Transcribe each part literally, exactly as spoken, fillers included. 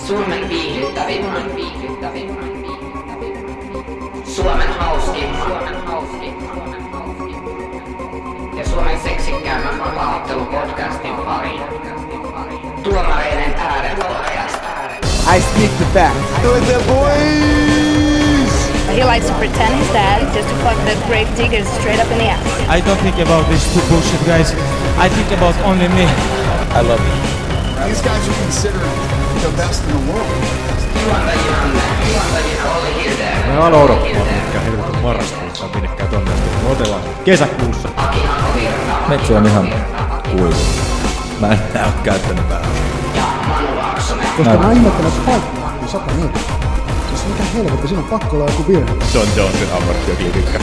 Suomen viihdyttävimmän, viihdyttävimmän, Suomen hauskimman, Suomen hauskimman ja Suomen seksikkäämmän vapaa-ottelupodcastin pariin. Tuomareiden äärenohjasta. I speak the facts. Do it there, boys! He likes to pretend he's dead just to fuck the grave diggers straight up in the ass. I don't think about these two bullshit guys. I think about only me. I love you. These guys are considered the best in the world. Me on odottaa, mitkä helvetin marraskuussa on minnekään tonne. Me otellaan kesäkuussa. Metsä on ihan kuivu. Mä en näy käyttänyt vähän. Koska mä ihmettelen, että paikka on sata metriä. Siis mikä helvetti, siinä on pakko olla joku virhe. John Jonesin ammattioklinikka.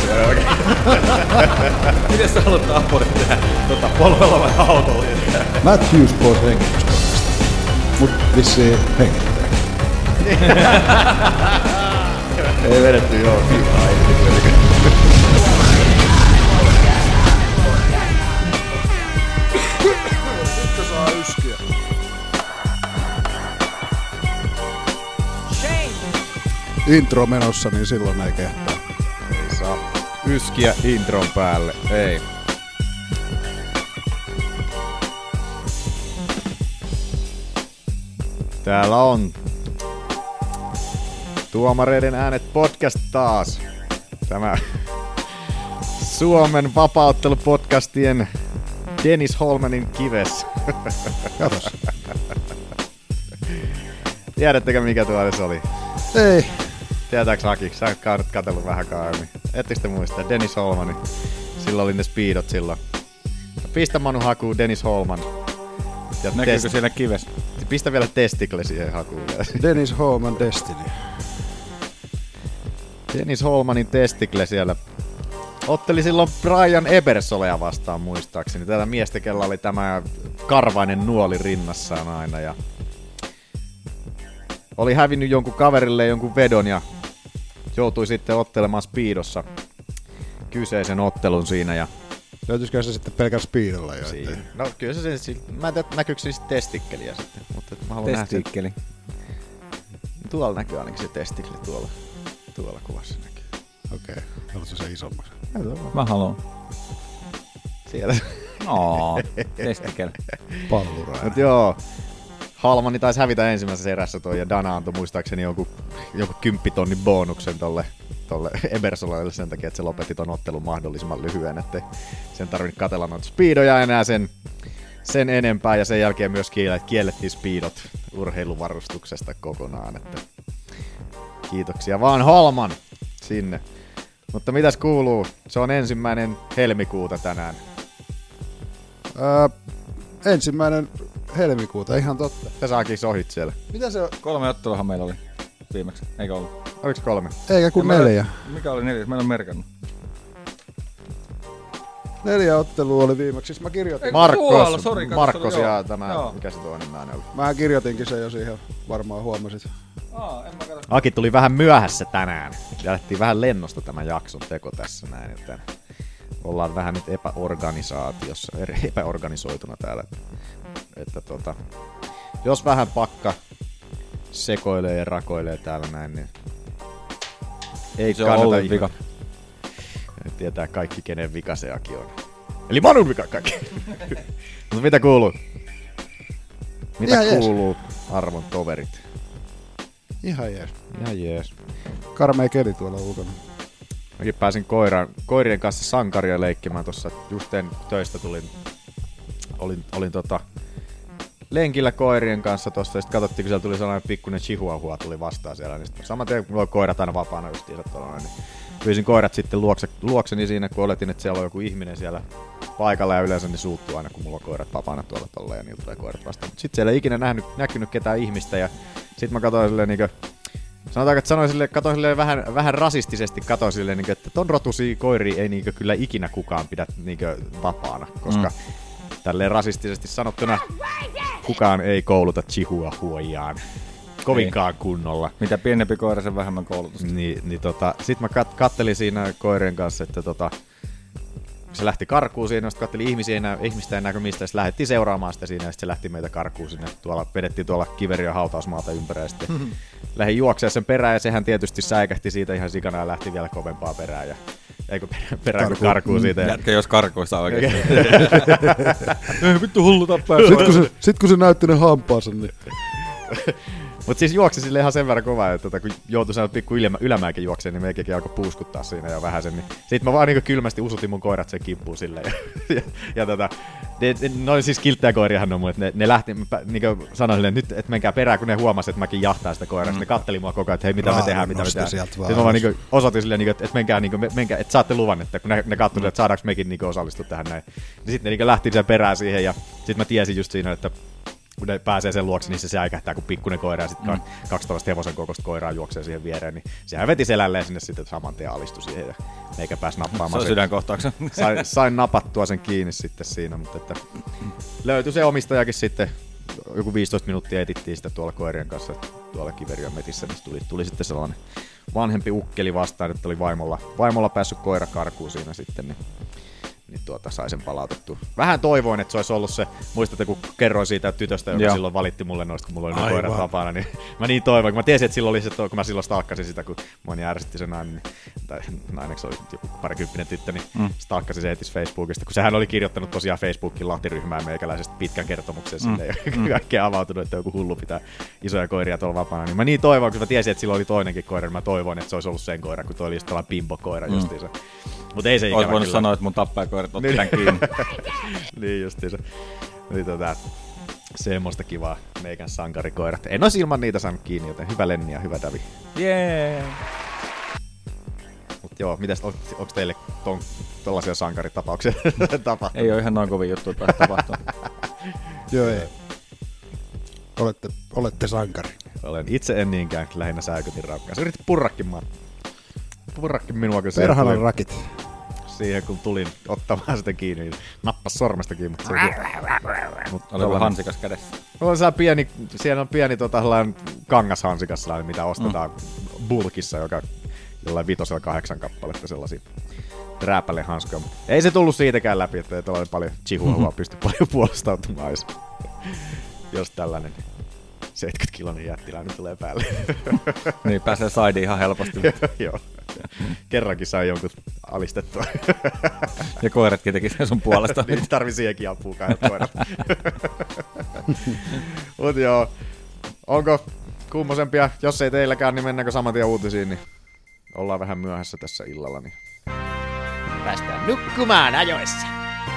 Miten sä haluat Apodin tehdä tota, polvella vai autolla? Matthews pois hengityskoneesta. Mut vissiin hengittää. Ei vedetty joo, kiitaa. Nyt saa yskiä. Intro menossa, niin silloin ei kehtaa. Ei saa yskiä intron päälle, ei. Täällä on Tuomareiden äänet podcast taas. Tämä Suomen vapaa-ottelupodcastien Dennis Holmanin kives. Katos. Tiedättekö mikä tuo edes oli? Ei. Tiedätääks Haki? Sä oot katsellut vähän kauemmin. Ettekö te muista? Dennis Holmani. Sillä oli ne speedot silloin. Pistä Manu hakuun Dennis Holman. Ja näkyykö test... siellä kives? Pistä vielä testikle siihen hakuun. Dennis Holman Destiny. Dennis Holmanin testikle siellä. Otteli silloin Brian Ebersolea vastaan muistaakseni. Tätä miestä, kellä oli tämä karvainen nuoli rinnassaan aina. Ja oli hävinnyt jonkun kaverille jonkun vedon ja joutui sitten ottelemaan speedossa kyseisen ottelun siinä. Ja Löytyisikö se sitten pelkän speedolla jo? siinä. No kyllä se sen, mä en tiedä näkyykö se sitten testikkeliä sitten. Mutta mä haluan nähdä sen. Testikkeli. Tuolla näkyy ainakin se testikli tuolla, tuolla kuvassa näkyy. Okei, okay. Haluatko se isommaksi? Mä haluan. Siellä. Oo, testikeli. Pallurainen. Mut joo. Halmani taisi hävitä ensimmäisessä erässä toi ja Dana antoi muistaakseni joku, joku kymppitonnin bonuksen tolle, tolle Ebersolalle sen takia, että se lopetti ton ottelun mahdollisimman lyhyen, ettei sen tarvinnut katsella noita speedoja enää sen, sen enempää ja sen jälkeen myös kiellettiin speedot urheiluvarustuksesta kokonaan, että kiitoksia vaan Holman sinne. Mutta mitäs kuuluu? Se on ensimmäinen helmikuuta tänään. Öö, ensimmäinen helmikuuta, ihan totta. Se saakin sohit siellä. Mitä se on? Kolme otteluahan meillä oli viimeksi, eikö ollut? Oliko kolme? Eikä kuin Ja neljä. Mä, mikä oli neljäs? Mä en ole merkannut. Neljä ottelua oli viimeksi, siis mä kirjoitin. Markkos, Sori, Markkos joo. ja tämä, Joo. mikä se toinen ääni oli. Mä kirjoitinkin sen jo siihen, varmaan huomasit. Aa, en mä katso. Aki tuli vähän myöhässä tänään. Lähti vähän lennosta tämän jakson teko tässä näin, joten ollaan vähän nyt epäorganisaatiossa, epäorganisoituna täällä. Että tota, jos vähän pakka sekoilee ja rakoilee täällä näin, niin ei Se on kannata Ollen ihme- vika. Tietää kaikki, kenen vika se Aki on. Eli Manun vika kaikki. Mutta mitä kuuluu? Mitä Ihan jees. kuuluu, arvon toverit? Ihan jees. Ihan jees. Karmea keli tuolla ulkona. Mäkin pääsin koiran, koirien kanssa sankaria leikkimään tuossa. Just en töistä tulin. Olin, olin tota lenkillä koirien kanssa tossa. Ja sit katsottiin, kun siellä tuli sellainen pikkuinen chihuahua tuli vastaan siellä. Niin saman tien, kun mulla on koirat aina vapaana justiinsa tuolla, niin pyysin koirat sitten luokse, luokseni siinä, kun oletin, että siellä on joku ihminen siellä paikalla. Ja yleensä ne suuttuu aina, kun mulla on koirat vapaana tuolla tolleen ja niillä tulee koirat vastaan. Sitten siellä ei ikinä nähnyt, näkynyt ketään ihmistä. Ja sit mä katsoin silleen niinkö, sanotaanko, että sanoin silleen, katsoin silleen vähän, vähän rasistisesti, katsoin silleen, niinkö, että ton rotusia koiria ei niinkö kyllä ikinä kukaan pidä niinkö vapaana. Koska mm. tälleen rasistisesti sanottuna kukaan ei kouluta chihuahuajaan kovinkaan ei. kunnolla. Mitä pienempi koira, sen vähemmän koulutusta. Niin, niin tota, sit mä kat- kattelin siinä koirien kanssa, että tota, se lähti karkuun siinä, sitten katseli ihmisiä enää, ihmistä enää kuin mistä, ja sitten lähdettiin seuraamaan sitä siinä, ja sitten se lähti meitä karkuun sinne. Tuolla vedettiin tuolla Kiveriön hautausmaata ympärillä, ja sitten mm-hmm. lähdin juoksemaan sen perään, ja sehän tietysti säikähti siitä ihan sikana, ja lähti vielä kovempaa perään, ja eikö perään kuin karkuun siitä. Ja... Jätkä jos karkuista oikeesti. Ei vittu hullu tappaa. Sitten kun se, sit kun se näytti ne hampaansa, niin... Mutta siis juoksi sille ihan sen verran kovaa, että tota, kun joutui sanoa pikku ylämä, ylämäänkin juokseen, niin meikäkin alkoi puuskuttaa siinä jo vähän sen. Niin. Sitten mä vaan niin kylmästi usutin mun koirat sen kimppuun silleen. Ja, ja, ja tota, ne, ne oli siis kilttejä koiriahan on mun, että ne, ne lähti, mä niin sanoin silleen, nyt että menkää perään, kun ne huomasi, että mäkin jahtaan sitä koiraa. Mm. Ne katteli mua koko ajan, että hei, mitä Raa, me tehdään, mitä me tehdään. Sitten mä vaan niin osoitin silleen, että, että menkää, niin kuin, menkää, että saatte luvan, että kun ne, ne katsoi, mm. että saadaanko mekin niin osallistua tähän näin. Niin sitten ne niin lähti sen perään siihen ja sitten mä tiesin just siinä, että kun ne pääsee sen luokse, niin se säikähtää kuin pikkuinen koira ja sitten mm. kaksi tällaista hevosen kokoista koiraa juoksee siihen viereen, niin sehän veti selälleen sinne sitten saman tien alistui siihen ja eikä pääsi nappaamaan. Se on sydänkohtauksen. Sain, sain napattua sen kiinni sitten siinä, mutta että löytyi se omistajakin sitten, joku viisitoista minuuttia etittiin sitä tuolla koirien kanssa tuolla Kiveriön metissä, niin tuli, tuli sitten sellainen vanhempi ukkeli vastaan, että oli vaimolla, vaimolla päässyt koira karkuun siinä sitten, niin niin tuota, sai sen palautettua. Vähän toivoin, että se olisi ollut se, muistatte kun kerroin siitä tytöstä, joka Joo. silloin valitti mulle noista, kun mulla oli ne koirat vapaana, niin mä niin toivoin, kun mä tiesin, että silloin oli se, kun mä silloin stalkkasin sitä, kun mua niin ärsytti se nainen, tai naineksi oli joku parikymppinen tyttö, niin mm. stalkkasin se heti Facebookista, kun sehän oli kirjoittanut tosiaan Facebookin lahtiryhmään meikäläisestä pitkän kertomuksen mm. sinne, ja mm. kaikkea avautunut, että joku hullu pitää isoja koiria tuolla vapaana, niin mä niin toivoin, kun mä tiesin, että silloin oli toinenkin koira, niin mä toivoin, että se olisi ollut sen koira, kun toi oli just tällainen pimpo-koira mm. justiinsa. Mut ei se ikävä. Ois voinut sanoa, että mun tappajakoirat otti tämän kiinni. Niin justiinsa. Niin tota, semmoista kivaa meikän sankarikoirat. En ois ilman niitä saanut kiinni, joten hyvä Lenni ja hyvä Davi. Jee! Yeah. Mut joo, mitäs, on, onks teille ton, tollasia sankaritapauksia tapahtunut? Ei oo ihan noin kovin juttu päästä tapahtunut. Joo ei. Olette, olette sankari. Olen itse en niinkään, lähinnä säikytin raukkaas. Yritin purrakin maa. Purrakin minua, kun perhanan rakit. Siihen kun tulin ottamaan sitä kiinni, niin nappas sormesta kiinni. Mutta se Mut oli hansikas kädessä. On se pieni, siellä on pieni tota, kangashansikas, mitä ostetaan mm. bulkissa, joka jollain vitosella kahdeksan kappaletta sellaisia rääpälehanskoja. Ei se tullut siitäkään läpi, että tuolla oli paljon chihuahua, mm-hmm. pystyi paljon puolustautumaan, jos, jos tällainen seitsemänkymmentä kiloinen jättiläinen tulee päälle. Niin, pääsee sideen ihan helposti. Joo. Kerrankin sai jonkun alistettua. Ja koiratkin teki sen sun puolesta. Nyt tarvii siihenkin apua kahdet koirat. Mut joo, onko kummosempia? Jos ei teilläkään, niin mennäänkö saman tien uutisiin, niin ollaan vähän myöhässä tässä illalla. Niin päästään nukkumaan ajoissa.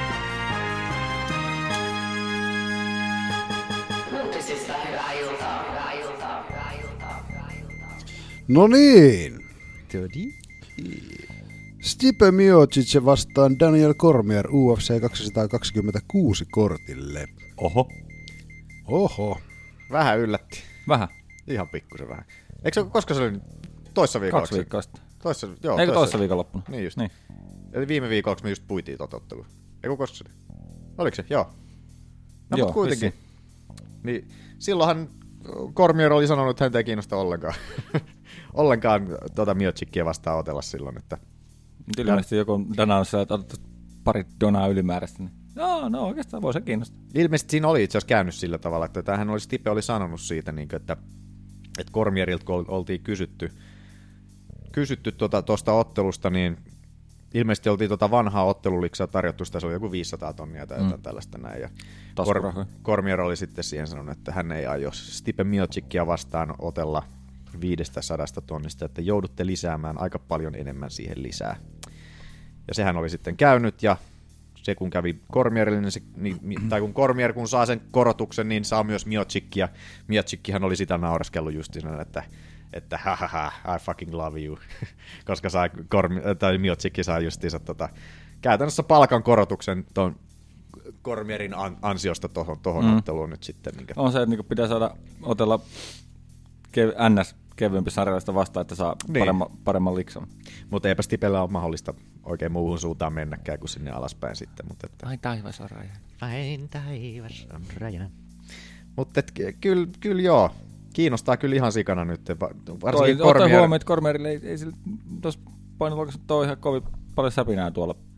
Uutisista hyvää iltaa, hyvää iltaa, hyvää iltaa, hyvää iltaa. No niin. Todi. Stipe Miocic vastaan Daniel Cormier U F C kaksisataakaksikymmentäkuusi kortille. Oho. Oho. Vähän yllätti. Vähän. Ihan pikkusen vähän. Eikö se, koska se oli toissa viikolla? Kaksi viikkoa sitten. Toissa, joo, Eikö toissa, toissa viikonloppuna? Niin just. Niin. Eli viime viikolla me just puitiin tota ottelua. Eikö koska se oli? Oliko se? Joo. No joo, mutta kuitenkin. Niin, silloinhan Cormier oli sanonut, että häntä ei kiinnosta ollenkaan. ollenkaan tuota Miocicia vastaan otella silloin, että ilmeisesti joku Dana on siellä, että otat pari donaa ylimääräistä, niin joo, no oikeastaan voi se kiinnostaa. Ilmeisesti siinä oli itse asiassa käynyt sillä tavalla, että tämähän oli, Stipe oli sanonut siitä, niin kuin, että, että Cormierilta kun oltiin kysytty, kysytty tuosta tuota, ottelusta, niin ilmeisesti oltiin tuota vanhaa otteluliksaa tarjottu, sitä se oli joku viisisataa tonnia tai jotain mm. tällaista näin. Ja Cor- Cormier oli sitten siihen sanonut, että hän ei aio Stipe Miocicia vastaan otella viisisataa tonnista, että joudutte lisäämään aika paljon enemmän siihen lisää. Ja sehän oli sitten käynyt, ja se kun kävi Cormierille, niin se, niin, tai kun Cormier kun saa sen korotuksen, niin saa myös Miocicia. Miocickihan oli sitä nauraskellut just siinä, että että hahaha, I fucking love you, koska sai Cormier, tai Miocicki sai justiinsa tota, käytännössä palkan korotuksen ton Cormierin an, ansiosta tohon, tohon mm. otteluun nyt sitten. Minkä... On se, että niin pitää saada otella kev- N S kevyempi sarjallista vastaan, että saa niin. paremman, paremman liksan. Mutta eipä Stipellä ole mahdollista oikein muuhun suuntaan mennäkään kuin sinne alaspäin sitten. Mutta että... Vain taivas on rajana. Vain taivas on rajana. Mutta kyllä kyl joo, kiinnostaa kyllä ihan sikana nyt. Varsinkin Cormier... Ottaa huomioon, että Cormierille ei, ei sillä tuossa painoluokassa ole ihan kovin paljon säpinää tuolla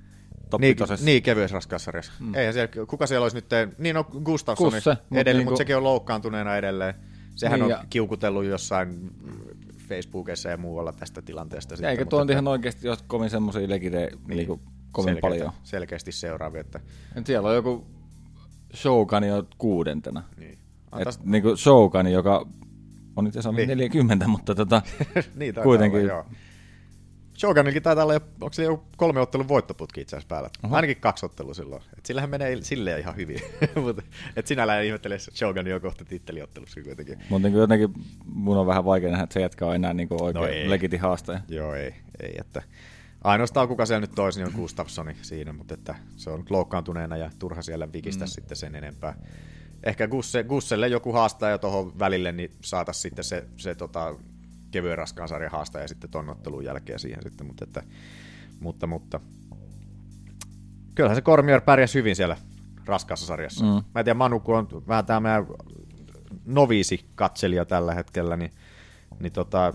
top Niin, vitosessa. niin kevyessä raskaassarjassa. Mm. Eihän siellä, kuka siellä olisi nyt, niin on Gustafsson Kusse, edelleen, mut niinku... mutta sekin on loukkaantuneena edelleen. Sehän niin, on ja... kiukutellut jossain Facebookissa ja muualla tästä tilanteesta. Ja eikä tuo on ihan oikeasti jos kovin semmoisia legitejä niin, niin kovin selkeästi, paljon. Selkeästi seuraavia. Että... Siellä on joku Shogun jo kuudentena. Niin. Antais... Et, niin kuin Shogun, joka on itse asiassa niin. neljäkymmentä, mutta tota, niin, kuitenkin. Olla, joo. Shogunilkin taitaa olla, onko se joku kolme ottelun voittoputki itse asiassa päällä? Oho. Ainakin kaksi ottelua silloin. Et sillähän menee silleen ihan hyvin. Et sinällään ihmettele Shogunin jo kohta titteliottelussa kuitenkin. Mutta niin jotenkin mun on vähän vaikea nähdä, että se jätkä on enää niin oikein no legiti haastaja. Joo, ei. ei että ainoastaan kuka siellä nyt toisi, niin on Gustafssoni siinä, mutta että se on nyt loukkaantuneena ja turha siellä vikistä mm. sitten sen enempää. Ehkä Gusse, Gusselle joku haastaja tuohon välille, niin saataisiin sitten se, se tota, kevyen raskaan sarjan haastaja sitten ton ottelun jälkeen siihen sitten, mutta, että, mutta, mutta kyllähän se Cormier pärjäsi hyvin siellä raskaassa sarjassa. Mm. Mä en tiedä, Manu, kun on vähän tämä meidän noviisi-katselija tällä hetkellä, niin, niin tota,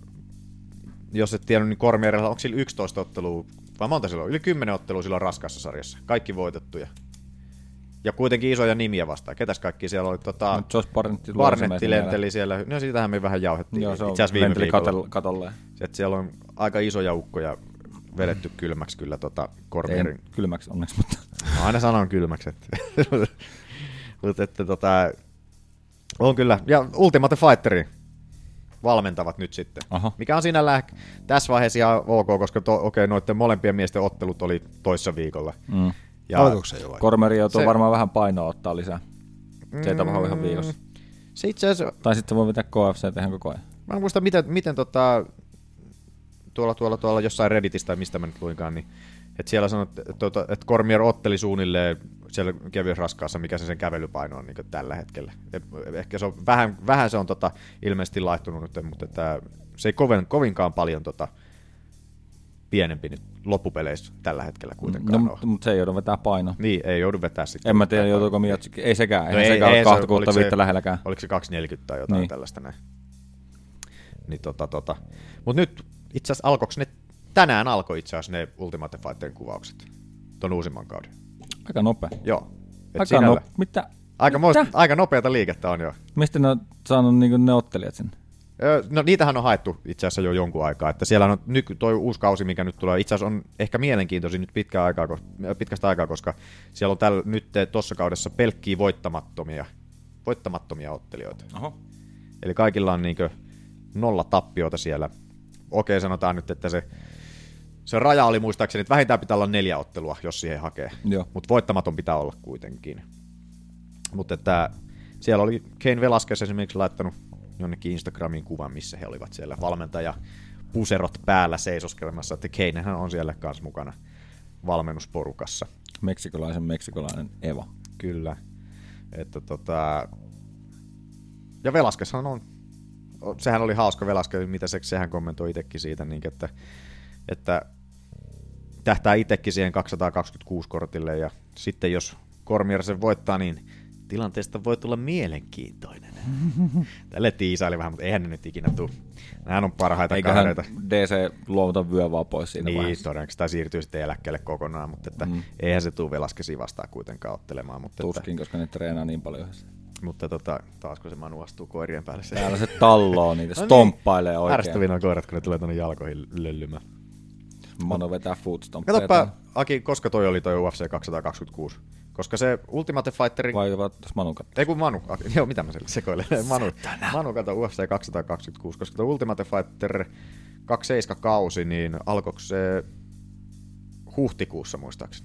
jos et tiedä, niin Cormierilla onko sillä yksitoista ottelua, vai monta sillä on? Yli kymmenen ottelua silloin raskaassa sarjassa. Kaikki voitettuja. Ja kuitenkin isoja nimiä vastaan. Ketäs kaikki siellä oli? Tota, no, Josh Barnetti, Barnetti lenteli siellä. No siitähän me vähän jauhettiin. Joo, se on itse asiassa viime viikolla. Katolle. Että siellä on aika isoja ukkoja vedetty kylmäksi kyllä tota Cormierin. Ei kylmäksi onneksi, mutta... No, aina sanon kylmäksi. Mutta että tota... On kyllä. Ja Ultimate Fighteri valmentavat nyt sitten. Aha. Mikä on sinällään tässä vaiheessa ihan ok, koska to, okei, okay, noiden molempien miesten ottelut oli toissa viikolla. Mm. Alkoiko se jo vai? Cormeri joutuu se... varmaan vähän painoa ottaa lisää. Se ei tapahdu ihan viikossa. Se itse asiassa... Tai sitten voi vetää K F C ihan koko ajan. Mä en muista, miten, miten tota, tuolla, tuolla, tuolla jossain Redditissä tai mistä mä nyt luinkaan, niin että siellä sanot, että, että, että Cormier otteli suunnilleen siellä kevyessä raskaassa, mikä se sen kävelypaino on niin tällä hetkellä. Ehkä se on, vähän, vähän se on tota, ilmeisesti laittunut nyt, mutta että se ei kovin, kovinkaan paljon tota, pienempi nyt loppupeleissä tällä hetkellä kuitenkaan no, ole. Mutta se ei joudu vetää painoa. Niin, ei joudu vetää sitten. En mä tiedä, joutuuko Miotsikki. Ei sekään, eihän no ei, sekään ei, ole kahta kuutta viittä lähelläkään. Oliko se kaksi neljäkymmentä tai jotain niin. Tällaista näin. Niin, tota, tota. Mutta nyt itse asiassa alkoiko ne, tänään alkoi itse asiassa ne Ultimate Fighterin kuvaukset, ton uusimman kauden. Aika nopea. Joo. Aika, no, mitä? Aika, Mitä? aika nopeata liikettä on jo. Mistä ne on saanut niin ne ottelijat sinne? No niitähän on haettu itse asiassa jo jonkun aikaa, että siellä on nyky, toi uusi kausi, mikä nyt tulee, itse asiassa on ehkä mielenkiintoisin nyt pitkä aikaa, pitkästä aikaa, koska siellä on tällä, nyt tuossa kaudessa pelkkiä voittamattomia, voittamattomia ottelijoita. Oho. Eli kaikilla on niinkö nolla tappioita siellä. Okei, sanotaan nyt, että se, se raja oli muistaakseni, että vähintään pitää olla neljä ottelua, jos siihen hakee. Mutta voittamaton pitää olla kuitenkin. Mutta että siellä oli Cain Velasquez esimerkiksi laittanut jonnekin Instagramiin kuvan, missä he olivat siellä valmentaja puserot päällä seisoskelemassa, että Cainhän on siellä kanssa mukana valmennusporukassa. Meksikolaisen meksikolainen Eva. Kyllä. Että tota... Ja Velasquezhan on, sehän oli hauska Velasquez, mitä se, sehän kommentoi itsekin siitä, niin että, että tähtää itsekin siihen kaksisataakaksikymmentäkuusi kortille, ja sitten jos Cormier sen voittaa, niin tilanteesta voi tulla mielenkiintoinen. Tälle tiisaili vähän, mutta eihän ne nyt ikinä tule. Nämähän on parhaita eiköhän kahdeita. D C luovuta vyö vaan pois siinä niin, vaiheessa. todennäköisesti tai siirtyy sitten eläkkeelle kokonaan, mutta että mm. eihän se tule Velasquezia vastaan kuitenkaan ottelemaan. Mutta tuskin, että, koska ne treenaa niin paljon yhdessä. Mutta tota, taas kun se Manu astuu koirien päälle. Se täällä se talloo niitä, no stomppailee oikein. Ärsyttävinä koirat, kun ne tulee tuonne jalkoihin löllymään. Manu vetää footstomppeja. Katsoppa, Aki, koska toi oli toi U F C kaksisataakaksikymmentäkuusi? Koska se Ultimate Fighteri... Vai jos Manu katsoo? Ei kun Manu. Joo, mitä mä sekoilen. Manu, Manu katsoo U F C kaksisataakaksikymmentäkuusi, koska tuo Ultimate Fighter kaksikymmentäseitsemän kausi, niin alkoiko se huhtikuussa muistaakseni?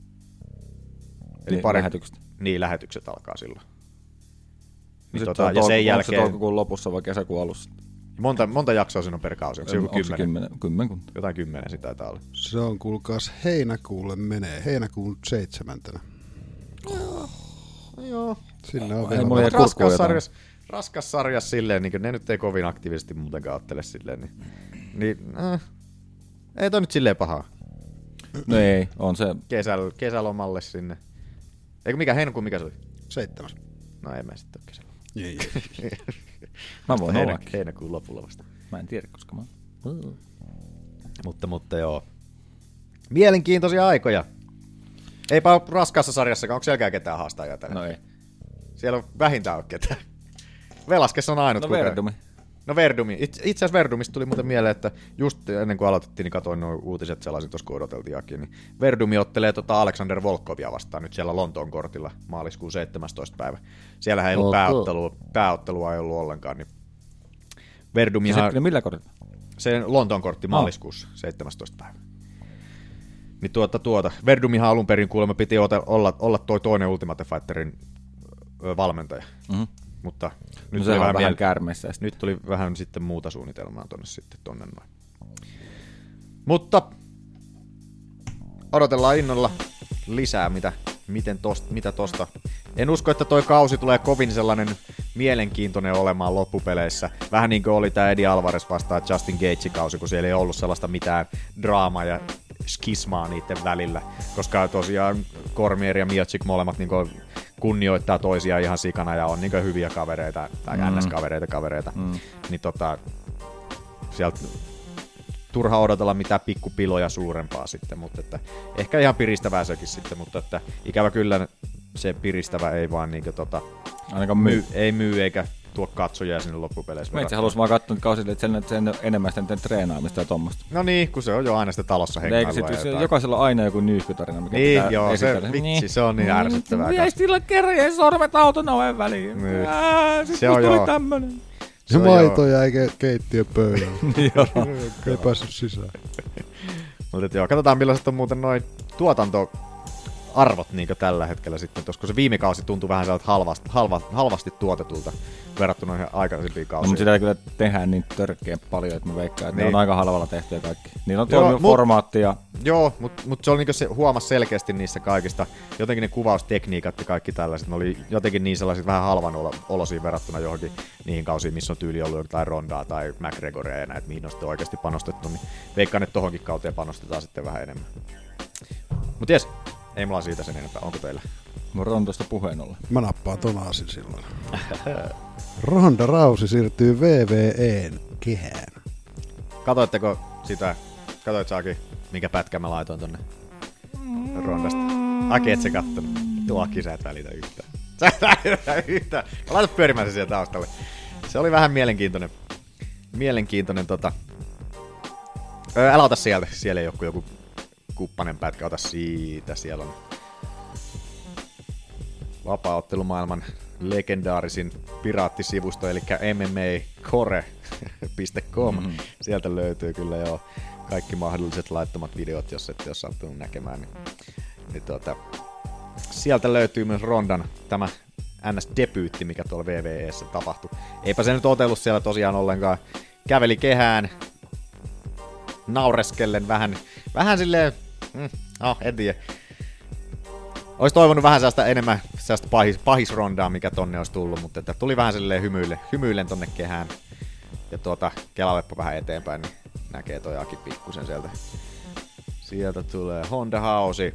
Eli niin, pari... lähetykset. Niin, lähetykset alkaa silloin. Niin tota, ja touko, sen jälkeen... Onko se toukokuun lopussa vai kesäkuun alussa? Monta, monta jaksoa siinä on per kausi? Onko se joku kymmenen? kymmenen? Kymmenkunta. Jotain kymmenen sitä taitaa olla. Se on, kuulkaas, heinäkuulle menee. Heinäkuun seitsemäntenä. Joo. Joo. Sinne on vielä. Mutta raskas sarjas, raskas sarjas silleen, niin ne nyt ei kovin aktiivisesti muutenkaan ottele silleen. Niin, niin äh, ei toi nyt silleen pahaa. No ei, on se. Kesäl, kesälomalle sinne. Eikö mikä, heinäkuun mikä se oli? Seitsemäs. No ei mä sitten ole kesällä. Ei. Mä voin Heinä, ollakin. Heinäkuun lopulla vasta. Mä en tiedä, koska mä... Mutta, mutta joo. Mielenkiintoisia aikoja. Eipä ole raskaassa sarjassakaan, onko sielläkään ketään haastajaa tänne? No ei. Siellä on vähintään ole ketään. Velaskessa on ainut. No Verdumi. No Verdumi. Itse asiassa Verdumista tuli muuten mieleen, että just ennen kuin aloitettiin, niin katsoin nuo uutiset sellaisin tuossa, kun odoteltiin Jakin. Niin Verdumi ottelee tota Alexander Volkovia vastaan nyt siellä Lontoon kortilla maaliskuun seitsemästoista päivä. Siellähän ei ollut pääottelua, pääottelua ei ollut ollenkaan. Niin Verdumihan... Se millä kortilla? Se Lontoon kortti maaliskuussa oh. seitsemästoista päivä. Niin tuota tuota. Verdumihan alun perin kuulemma piti olla, olla toi toinen Ultimate Fighterin valmentaja. Mm-hmm. Mutta nyt, no tuli vähän, vähän miel- käärmeissä. nyt tuli vähän sitten muuta suunnitelmaa tonne sitten tonne noin. Mutta odotellaan innolla lisää, mitä, miten tosta, mitä tosta. En usko, että toi kausi tulee kovin sellainen mielenkiintoinen olemaan loppupeleissä. Vähän niin kuin oli tää Eddie Alvarez vastaan Justin Gage-kausi, kun siellä ei ollut sellaista mitään draamaa ja skismaa niiden välillä. Koska tosiaan Cormier ja Miocic molemmat niin kuin kunnioittaa toisiaan ihan sikana ja on niin kuin hyviä kavereita, tai mm. N S-kavereita kavereita. Mm. Niin tota, sieltä turha odotella mitään pikkupiloja suurempaa sitten, mutta että ehkä ihan piristävää sekin sitten, mutta että ikävä kyllä se piristävä ei vaan niin kuin tota, ainakaan myy. myy, ei myy eikä tuo katsojia sinne loppupeleissä. Meitsi halusi vaan katsoa kausille, että sen, sen enemmän sitten treenaamista ja tommoista. No niin, kun se on jo aina sitä talossa hengailua. Eikö se, jokaisella on aina joku nyyhkytarina, mikä niin, pitää joo, esitellä. Se, vitsi, se on niin ärsyttävää. Viestillä kerjeen sormet auton oven väliin. Niin. Ää, sit se on tuli joo. tämmönen. Se, se maito jäi ke- keittiöpöydälle. Joo. Ei päässyt sisään. Mutta joo, katsotaan millaiset on muuten noin tuotantoarvot niinkö tällä hetkellä sitten, koska se viime kausi tuntui vähän sellaiset halvasti, halva, halvasti tuotetulta verrattuna noihin aikaisempiin kausiin. No, mutta sitä kyllä tehdään niin törkeä paljon, että mä veikkaan, että niin. Ne on aika halvalla tehtyä kaikki. Niillä on Joo, toimiva mut, formaatti ja... Joo, mutta mut se oli niinku se huomasi selkeästi niissä kaikista, jotenkin ne kuvaustekniikat ja kaikki tällaiset, ne oli jotenkin niin sellaiset vähän halvan olosiin verrattuna johonkin niihin kausiin, missä on tyyli ollut jotain Rondaa tai McGregoria ja näitä, mihin on sitten oikeasti panostettu, niin veikkaan, että tohonkin kauteen panostetaan sitten vähän enemmän. Mut jes, ei mulla siitä sen enempää, onko teillä? Mun Rondosta puheen olla. Mä nappaan ton aasin silloin. Ronda Rousey siirtyy V V E:n kehään. Katoitteko sitä, katoit saakin, minkä pätkä mä laitoin tonne Rondasta? Aki, et sä kattonut. Tuo Aki, sä et välitä yhtään. Sä et välitä yhtään. Laita pyörimään se siellä taustalle. Se oli vähän mielenkiintoinen. Mielenkiintoinen tota... Öö, älä ota sieltä. Siellä ei joku, joku kuppanen pätkä. Ota siitä. Siellä on vapaaottelumaailman legendaarisin piraattisivusto, eli M M A core piste com. Mm-hmm. Sieltä löytyy kyllä jo kaikki mahdolliset laittomat videot, jos ette ole sattunut näkemään. Niin, niin tuota, sieltä löytyy myös Rondan tämä N S-debyytti, mikä tuolla V V E:ssä tapahtui. Eipä se nyt otellut siellä tosiaan ollenkaan. Käveli kehään, naureskellen vähän, vähän silleen, mm, oh, en tiedä. Olisi toivonut vähän sellaista enemmän sellaista pahis, pahisrondaa, mikä tonne olisi tullut, mutta että tuli vähän silleen hymyille, hymyillen tonne kehään. Ja tuota, kelailepa vähän eteenpäin, niin näkee toi Aki pikkusen sieltä. Sieltä tulee Honda House.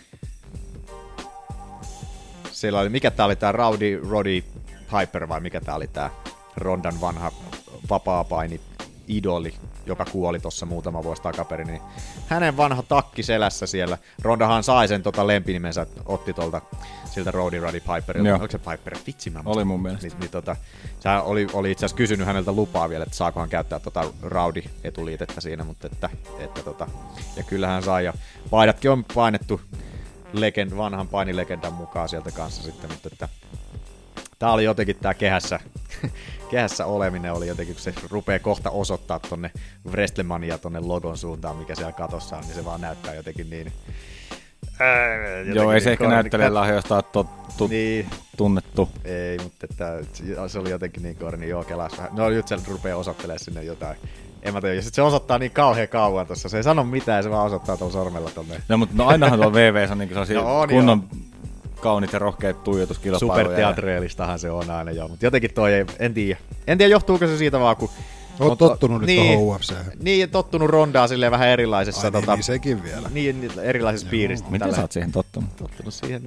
Siellä oli, mikä tää oli tää Rowdy Roddy Piper vai mikä tää oli tää Rondan vanha vapaapaini idoli, joka kuoli tossa muutama vuosi takaperin, niin hänen vanha takki selässä siellä. Rondahan sai sen tota lempinimensä, otti tolta siltä Rowdy Roddy Piperilta. Oliko se Piper? Vitsi mä oli mun mielestä. Niin, niin, tota, sehän oli, oli itse asiassa kysynyt häneltä lupaa vielä, että saakohan käyttää tota Rowdy-etuliitettä siinä, mutta että, että tota, ja kyllähän sai, ja paidatkin on painettu legend, vanhan painilegendan mukaan sieltä kanssa sitten, mutta että tää oli jotenkin tää kehässä, kehässä oleminen oli jotenkin, kun se rupeaa kohta osoittaa tonne Wrestlemania tonne logon suuntaan, mikä siellä katossa on, niin se vaan näyttää jotenkin niin... Ää, Joo, ei se ehkä näyttele lahjoista ole tottu, niin, tunnettu. Ei, mutta että se oli jotenkin niin korni, joo, kelas vähän. No nyt se rupeaa osoittelemaan sinne jotain. En mä tiedä, ja sit se osoittaa niin kauhean kauan tossa, se ei sano mitään ja se vaan osoittaa tuolla sormella tonne. No mutta no, ainahan tuolla V V:ssä on niin sellaisia no, on, kunnon joo. Kauniit ja rohkeat tuijotuskilpailuja. Superteatreelistahan se on aina joo, mutta jotenkin toi ei, en tiedä. En tiedä johtuuko se siitä vaan, kun... Oot tottunut nyt niin, tuohon U F C:hen. Niin, tottunut Rondaa silleen vähän erilaisessa... Ai tota, niin, niin sekin vielä. Niin, erilaisessa piirissä. Miten sä oot siihen tottunut? Tottunut siihen.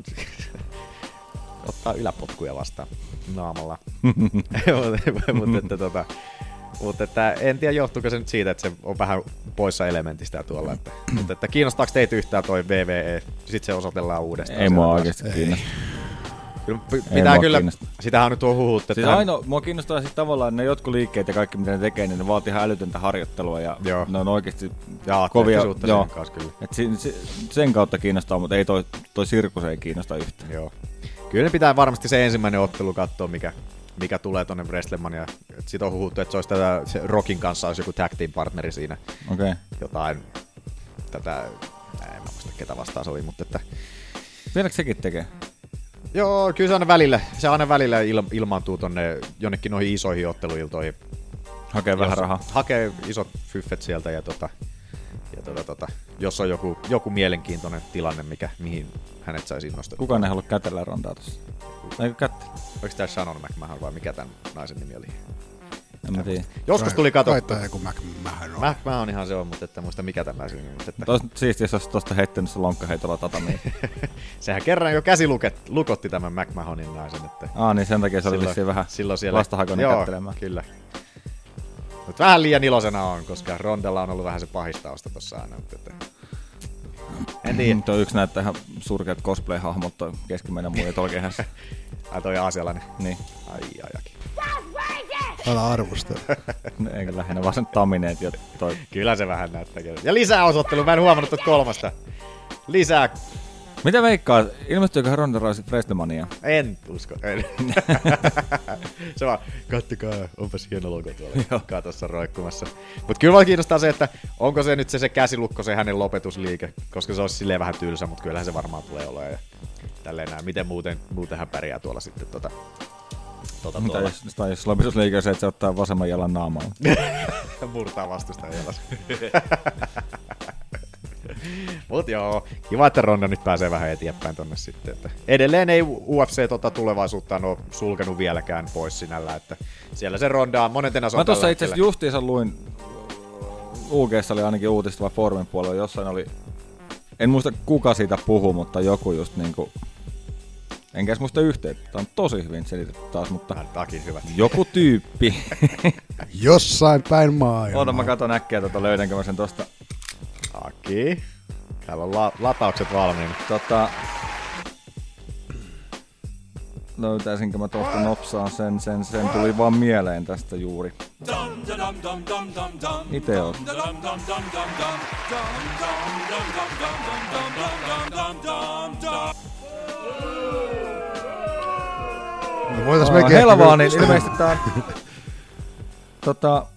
Ottaa yläpotkuja vastaan naamalla. Mutta että tota... Mutta että en tiedä, johtuuko se nyt siitä, että se on vähän poissa elementistä tuolla. Että, mutta että kiinnostaako teitä yhtään toi V V E? Sitten se osoitellaan uudestaan. Ei mua oikeasti kiinnosta. Kyllä pitää kyllä, kiinnosta. Sitähän on nyt tuo huhut. Siis hän... ainoa, mua kiinnostaa siis tavallaan, että ne jotkut liikkeet ja kaikki mitä ne tekee, niin ne vaatii ihan älytöntä harjoittelua ja joo. Ne on oikeasti ja kovia. Joo. Sen, kyllä. Et sen, sen kautta kiinnostaa, mutta ei toi, toi sirkus ei kiinnosta yhtään. Joo. Kyllä pitää varmasti se ensimmäinen ottelu katsoa, mikä, mikä tulee tonne WrestleMania. Sitten on huhuttu, että se olisi tätä, se Rockin kanssa olisi joku tag team partneri siinä. Okei. Okay. Jotain tätä, en muista ketä vastaan se oli, mutta että... Vieläkö sekin tekee? Joo, kyllä se aina välillä, se aina välillä il, ilmaantuu tonne jonnekin noihin isoihin otteluiltoihin. Hakee vähän rahaa. Hakee isot fyffet sieltä ja, tota, ja tota, tota, jos on joku, joku mielenkiintoinen tilanne, mikä, mihin hänet saisi innostaa. Kukaan ei halua kätellä Rondaa tossa? Eikö kättele? Oliko tää Shannon McMahon vai mikä tän naisen nimi oli? En mä tiedä. Joskus tuli katsottua. Kai tää joku McMahon. McMahonihan se on, mutta että muista mikä tämä naisen nimi. Että... Tos siistiä, jos olisi tosta heittänyt se lonkkaheitolla tatamiin. Sehän kerran jo käsi luket, lukotti tämän McMahonin naisen. Että... Aa niin sen takia se oli vissiin vähän vastahakoinen kättelemään. Kyllä. Mutta vähän liian ilosena on, koska Rondella on ollut vähän se pahistausta tossa aina. Että... En tiedä. Tuo yksi näyttää ihan surkeat cosplay-hahmot toi keskimmäinen muu ja tuolla kehässä. Ai toi aasialainen? Niin. Ai ajakin. Älä arvostella. Eikä lähinnä vaan sen tamineet ja toi. Kyllä se vähän näyttää. Ja lisää osoittelu, mä en huomannut tuota kolmasta. Lisää. Mitä veikkaa? Ilmestyyköhän Ronda Rousey WrestleMania? En usko. En. Se vaan, kattokaa, onpas hieno logo tuolla katossa roikkumassa. Mut kyllä vaan kiinnostaa se, että onko se nyt se, se käsilukko, se hänen lopetusliike, koska se olisi silleen vähän tylsä, mutta kyllähän se varmaan tulee olemaan. Ja tälleen näin. Miten muuten, muuten hän pärjää tuolla sitten tota... Tota tai, jos, tai jos lopetusliike on se, että se ottaa vasemman jalan naamaan. Murtaa vastustajan jalas. Mut joo, kiva, että Ronda nyt pääsee vähän eteenpäin tonne sitten. Että edelleen ei U F C tota tulevaisuuttaan ole sulkenut vieläkään pois sinällä, että siellä se Ronda on monetena se on. Mä tossa itse asiassa justiinsa luin, U G:ssä oli ainakin uutista vai foorumin puolella, jossain oli, en muista kuka siitä puhui, mutta joku just niinku, enkä edes muista yhteen, tää on tosi hyvin selitetty taas, mutta takin hyvät. Joku tyyppi. Jossain päin maailmaa. Oota, mä katon äkkiä, tota, löydänkö mä sen tosta. Aki. Täällä on la- lataukset valmiina. Tota, löytäisinkö mä tuosta nopsaan sen, sen, sen tuli vaan mieleen tästä juuri. Ite oot. No voitais mekin ehkä... Helvaa, niin ilmeisesti tää on... tota...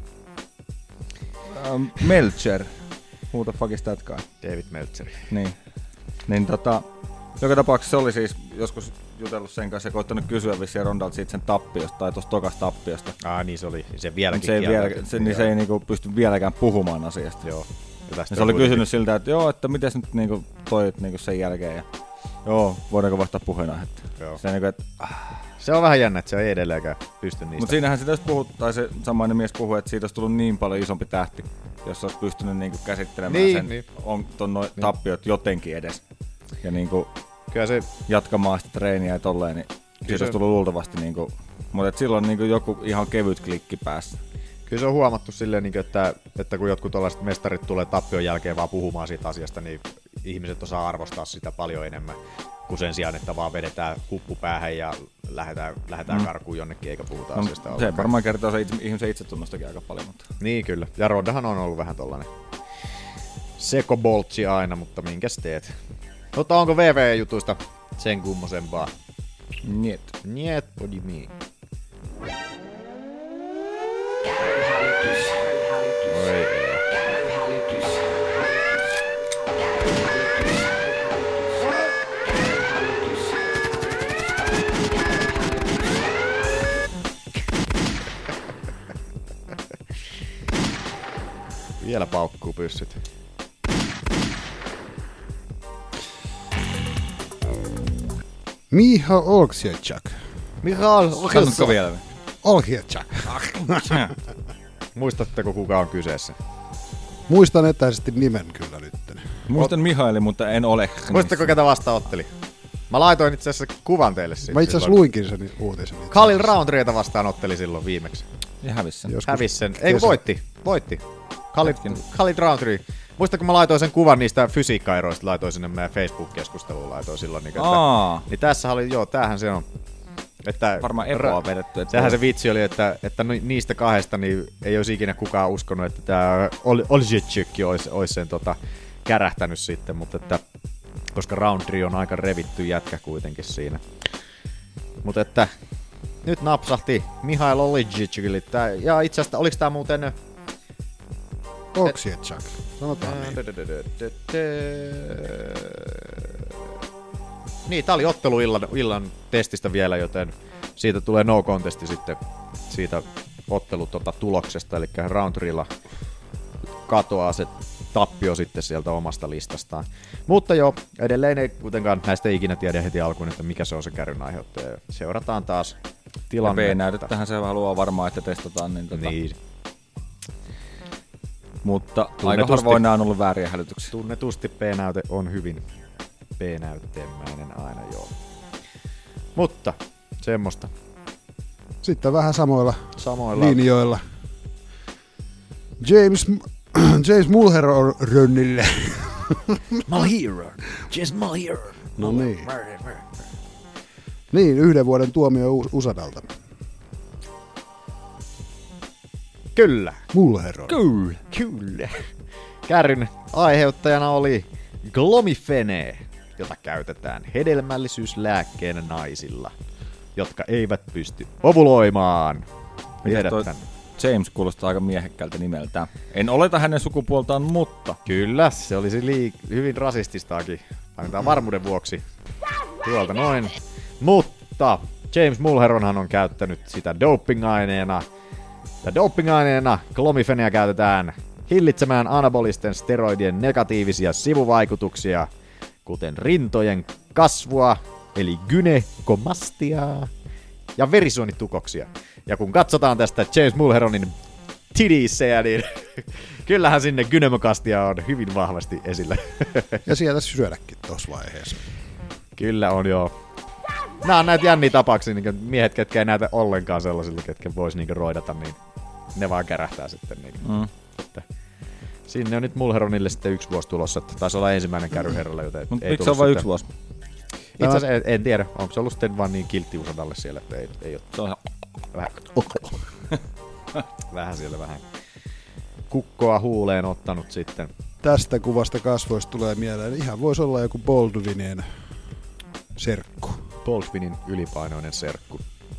Um, Meltzer. Who the fuck is that guy? David Meltzer. Niin. Niin tota... Joka tapauksessa se oli siis joskus jutellut sen kanssa ja koittanut kysyä vissiin Rondalta siitä sen tappiosta tai tosta tokasta tappiosta. Ah niin se oli. Se vieläkin se ei, vielä, se, niin se ei niinku pysty vieläkään puhumaan asiasta. Joo. Ja se oli kysynyt siltä, että joo, että mites nyt niinku toi niinku sen jälkeen ja... Joo, voidaanko vaihtaa puheenaihetta? Joo. Se, niinku, että, ah. Se on vähän jännä, että se ei edelleenkään pysty niistä. Mutta siinähän sitä olisi puhuttu, tai se samainen mies puhui, että siitä olisi tullut niin paljon isompi tähti, jos olisi pystynyt niinku käsittelemään niin, sen niin. On, ton noin niin. tappiot jotenkin edes. Ja niinku kyllä se... jatkamaan sitä treeniä ja tolleen, niin siitä se... olisi tullut luultavasti niinku... Mutta silloin niinku joku ihan kevyt klikki päässä. Kyllä se on huomattu silleen, että, että kun jotkut tällaiset mestarit tulee tappion jälkeen vaan puhumaan siitä asiasta, niin ihmiset osaa arvostaa sitä paljon enemmän kuin sen sijaan, että vaan vedetään huppu päähän ja lähdetään, lähdetään mm. karkuun jonnekin eikä puhuta no, asiasta. Se ollenkaan. Varmaan kertoo se itse, ihmisen itsetunnostakin aika paljon. Mutta... Niin kyllä. Ja Rondahan on ollut vähän tollanen sekoboltsi aina, mutta minkäs teet? Mutta onko V V E-jutuista sen kummosempaa? Niet. Niet, body me. Oi ei. Vielä paukkuu pyssyt. Miha Olksietchak. Miha Olksietchak. vielä? Olksietchak. Muistatteko kuka on kyseessä? Muistan etäisesti nimen kyllä nyt. Muistan Mihaili, mutta en ole. Muistatteko ketä vastaanotteli? Mä laitoin itse asiassa kuvan teille siitä. Mä itse asiassa luinkin sen uutisen. Khalil Roundtreeta vastaan otteli silloin viimeksi. Ja hävisi sen. Hävisi sen. Ei voitti. Voitti. Khalil, Khalil Roundtree. Muista kun mä laitoin sen kuvan niistä fysiikkaeroista, laitoin sinne meidän Facebook-keskusteluun, laitoin silloin. Niin, että, niin tässä oli, joo, tämähän se on. Että varmaan eroa on vedetty. Että sehän se vitsi oli, että, että niistä kahdesta niin ei olisi ikinä kukaan uskonut, että tämä Olszewski olisi, olisi sen tota, kärähtänyt sitten, mutta että, koska Roundtree on aika revitty jätkä kuitenkin siinä. Mutta että nyt napsahti Mihail Olszewskille. Ja itse asiassa, oliko tämä muuten... Olszewski, sanotaan niin. Niin, tää oli ottelu illan, illan testistä vielä, joten siitä tulee no contesti sitten siitä ottelu tota, tuloksesta, eli Roundtreella katoaa se tappio sitten sieltä omasta listastaan. Mutta joo, edelleen ei kuitenkaan näistä ei ikinä tiedä heti alkuun, että mikä se on se kärryn aiheuttaja. Seurataan taas tilannetta. B-näytettähän se haluaa varmaan, että testataan. Niin, tota... niin. Mutta aika harvoin nämä on ollut vääriä hälytyksiä. Tunnetusti B-näyte on hyvin B-näytteemäinen aina, joo. Mutta semmoista. Sitten vähän samoilla, samoilla. linjoilla. James, James Mulheronille. Mulhero. James Mulhero. No niin. Niin, yhden vuoden tuomio U S Adalta. Kyllä. Mulheron. Kyllä. Kyllä. Kärryn aiheuttajana oli Glomifene, jota käytetään hedelmällisyyslääkkeenä naisilla, jotka eivät pysty ovuloimaan. Toi James kuulostaa aika miehekkäältä nimeltään. En oleta hänen sukupuoltaan, mutta... Kyllä, se olisi liik- hyvin rasististaakin. Annetaan varmuuden vuoksi tuolta noin. Mutta James Mulheronhan on käyttänyt sitä doping-aineena. Ja doping-aineena Glomifenea käytetään hillitsemään anabolisten steroidien negatiivisia sivuvaikutuksia, kuten rintojen kasvua, eli gynekomastiaa, ja verisuonitukoksia. Ja kun katsotaan tästä James Mulheronin titissejä, niin kyllähän sinne gynekomastia on hyvin vahvasti esillä. Ja sieltä syödäkin tuossa vaiheessa. Kyllä on joo. Nämä on näitä jänniä tapauksia, niin miehet, ketkä ei näytä ollenkaan sellaisille, ketkä vois niin roidata, niin ne vaan kärähtää sitten. Niin. Mm. Että sinne on nyt Mulheronille sitten yksi vuosi tulossa, että taisi olla ensimmäinen kärryherralla, joten Mut ei miksi se on vain yksi vuosi? Itse asiassa en, en tiedä, onko se ollut sitten vaan niin kiltti U S Adalle siellä, että ei, ei ole. Se on vähän, vähän siellä vähän kukkoa huuleen ottanut sitten. Tästä kuvasta kasvoista tulee mieleen, ihan voisi olla joku Baldwinien serkku. Baldwinin ylipainoinen serkku.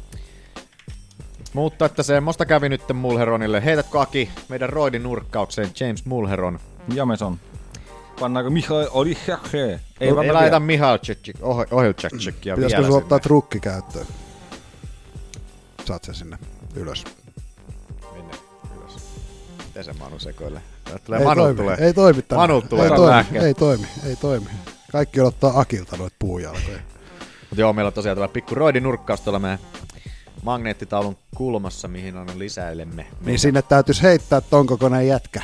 Mutta että semmoista kävi nyt Mulheronille. Heitätkö Aki meidän roidin nurkkaukseen James Mulheron? Jameson. Pannaanko Mihail Olszewski? Ei, ei, ei laita Mihail Olszewskiä vielä. Pitäisikö sun ottaa trukki käyttöön? Saat sen sinne ylös. Minne ylös? Miten se Manu sekoilee? Tulee, ei, Manu toimi, tulee. ei toimi tänne. Manu tulee. Ei toimi, ei toimi, ei toimi. Kaikki odottaa Akilta noita puujalkoja. Mut joo, meillä on tosiaan tällä pikku roidin nurkkaus tuolla meidän magneettitaulun kulmassa, mihin aina lisäilemme. Niin meidän... sinne täytyisi heittää ton kokonaan jätkä.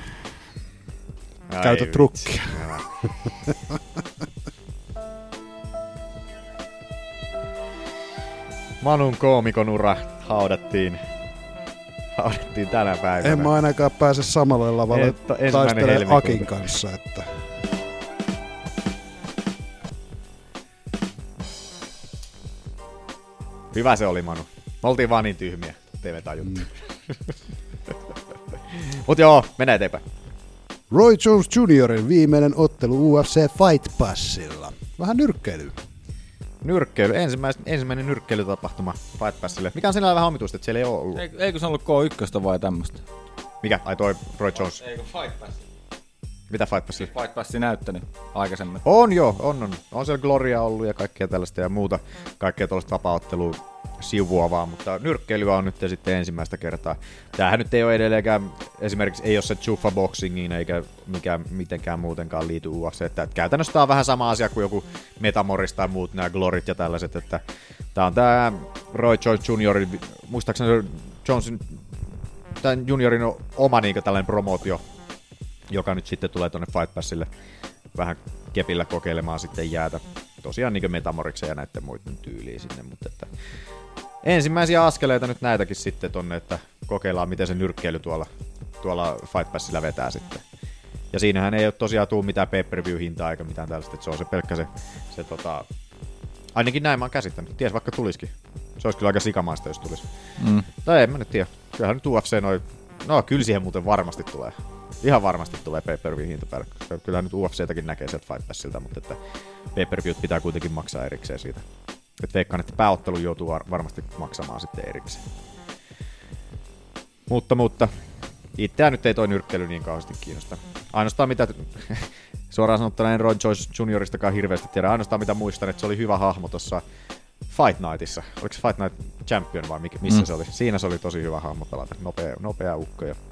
Ai Käytä vitsi. trukkia. Manun koomikon ura haudattiin. Haudattiin tänä päivänä. En mä ainakaan pääse samalle lavalle taistelemaan Akin kanssa. Että... Hyvä se oli, Manu. Me oltiin vaan niin tyhmiä, ettei me tajuttu. Mm. Mut joo, mennään eteenpäin. Roy Jones juniorin viimeinen ottelu U F C Fight Passilla. Vähän nyrkkeilyä. Nyrkkeily, ensimmäinen, ensimmäinen nyrkkeilytapahtuma Fight Passille. Mikä on sinällä vähän omituista, että siellä ei ole ollut? Eikö se ollut K yksi vai tämmöstä? Mikä? Ai toi Roy Jones. Eikö Fight Pass? Mitä Fight Passille? Fight Passi näyttänyt aikaisemmin. On joo, on on. On siellä Gloria ollut ja kaikkea tällaista ja muuta. Kaikkea tuollaista vapaa-ottelua sivuavaa, mutta nyrkkeilyä on nyt sitten ensimmäistä kertaa. Tämähän nyt ei ole edelleenkään, esimerkiksi ei ole se Juffa Boxingiin eikä mikään, mitenkään muutenkaan liity U F C. Että käytännössä tämä on vähän sama asia kuin joku Metamoris tai muut nämä Glorit ja tällaiset. Että tämä on tämä Roy Jones juniorin, muistaakseni Jonesin, tämän juniorin oma niin tällainen promootio, joka nyt sitten tulee tuonne Fight Passille vähän kepillä kokeilemaan sitten jäätä. tosiaan niin Metamoriksen ja näiden muiden tyyliin sinne, mutta että ensimmäisiä askeleita nyt näitäkin sitten tonne, että kokeillaan miten se nyrkkeily tuolla, tuolla Fight Passilla vetää sitten. Ja siinähän ei ole tosiaan tuu mitään pay-per-view-hintaa eikä mitään tällaista, että se on se pelkkä se, se tota... Ainakin näin mä oon käsittänyt, ties vaikka tulisikin. Se olisi kyllä aika sikamaista, jos tulisi. Mm. Tai en mä nyt tiedä, kyllähän nyt U F C noin, no kyllä siihen muuten varmasti tulee. Ihan varmasti tulee pay-per-view-hinta päälle. Kyllähän nyt U F C:täkin näkee sieltä Fight Passilta, mutta että pay-per-viewt pitää kuitenkin maksaa erikseen siitä. Et veikkaan, että pääottelu joutuu var- varmasti maksamaan sitten erikseen. Mutta, mutta itseään nyt ei toi nyrkkeily niin kauheasti kiinnosta. Ainoastaan mitä, suoraan sanottuna en Ron Joyce junioristakaan hirveästi tiedä, ainoastaan mitä muistan, että se oli hyvä hahmo tuossa Fight Nightissa. Oliko se Fight Night Champion vai missä mm. se oli? Siinä se oli tosi hyvä hahmo pelata. Nopea, nopea ukko ja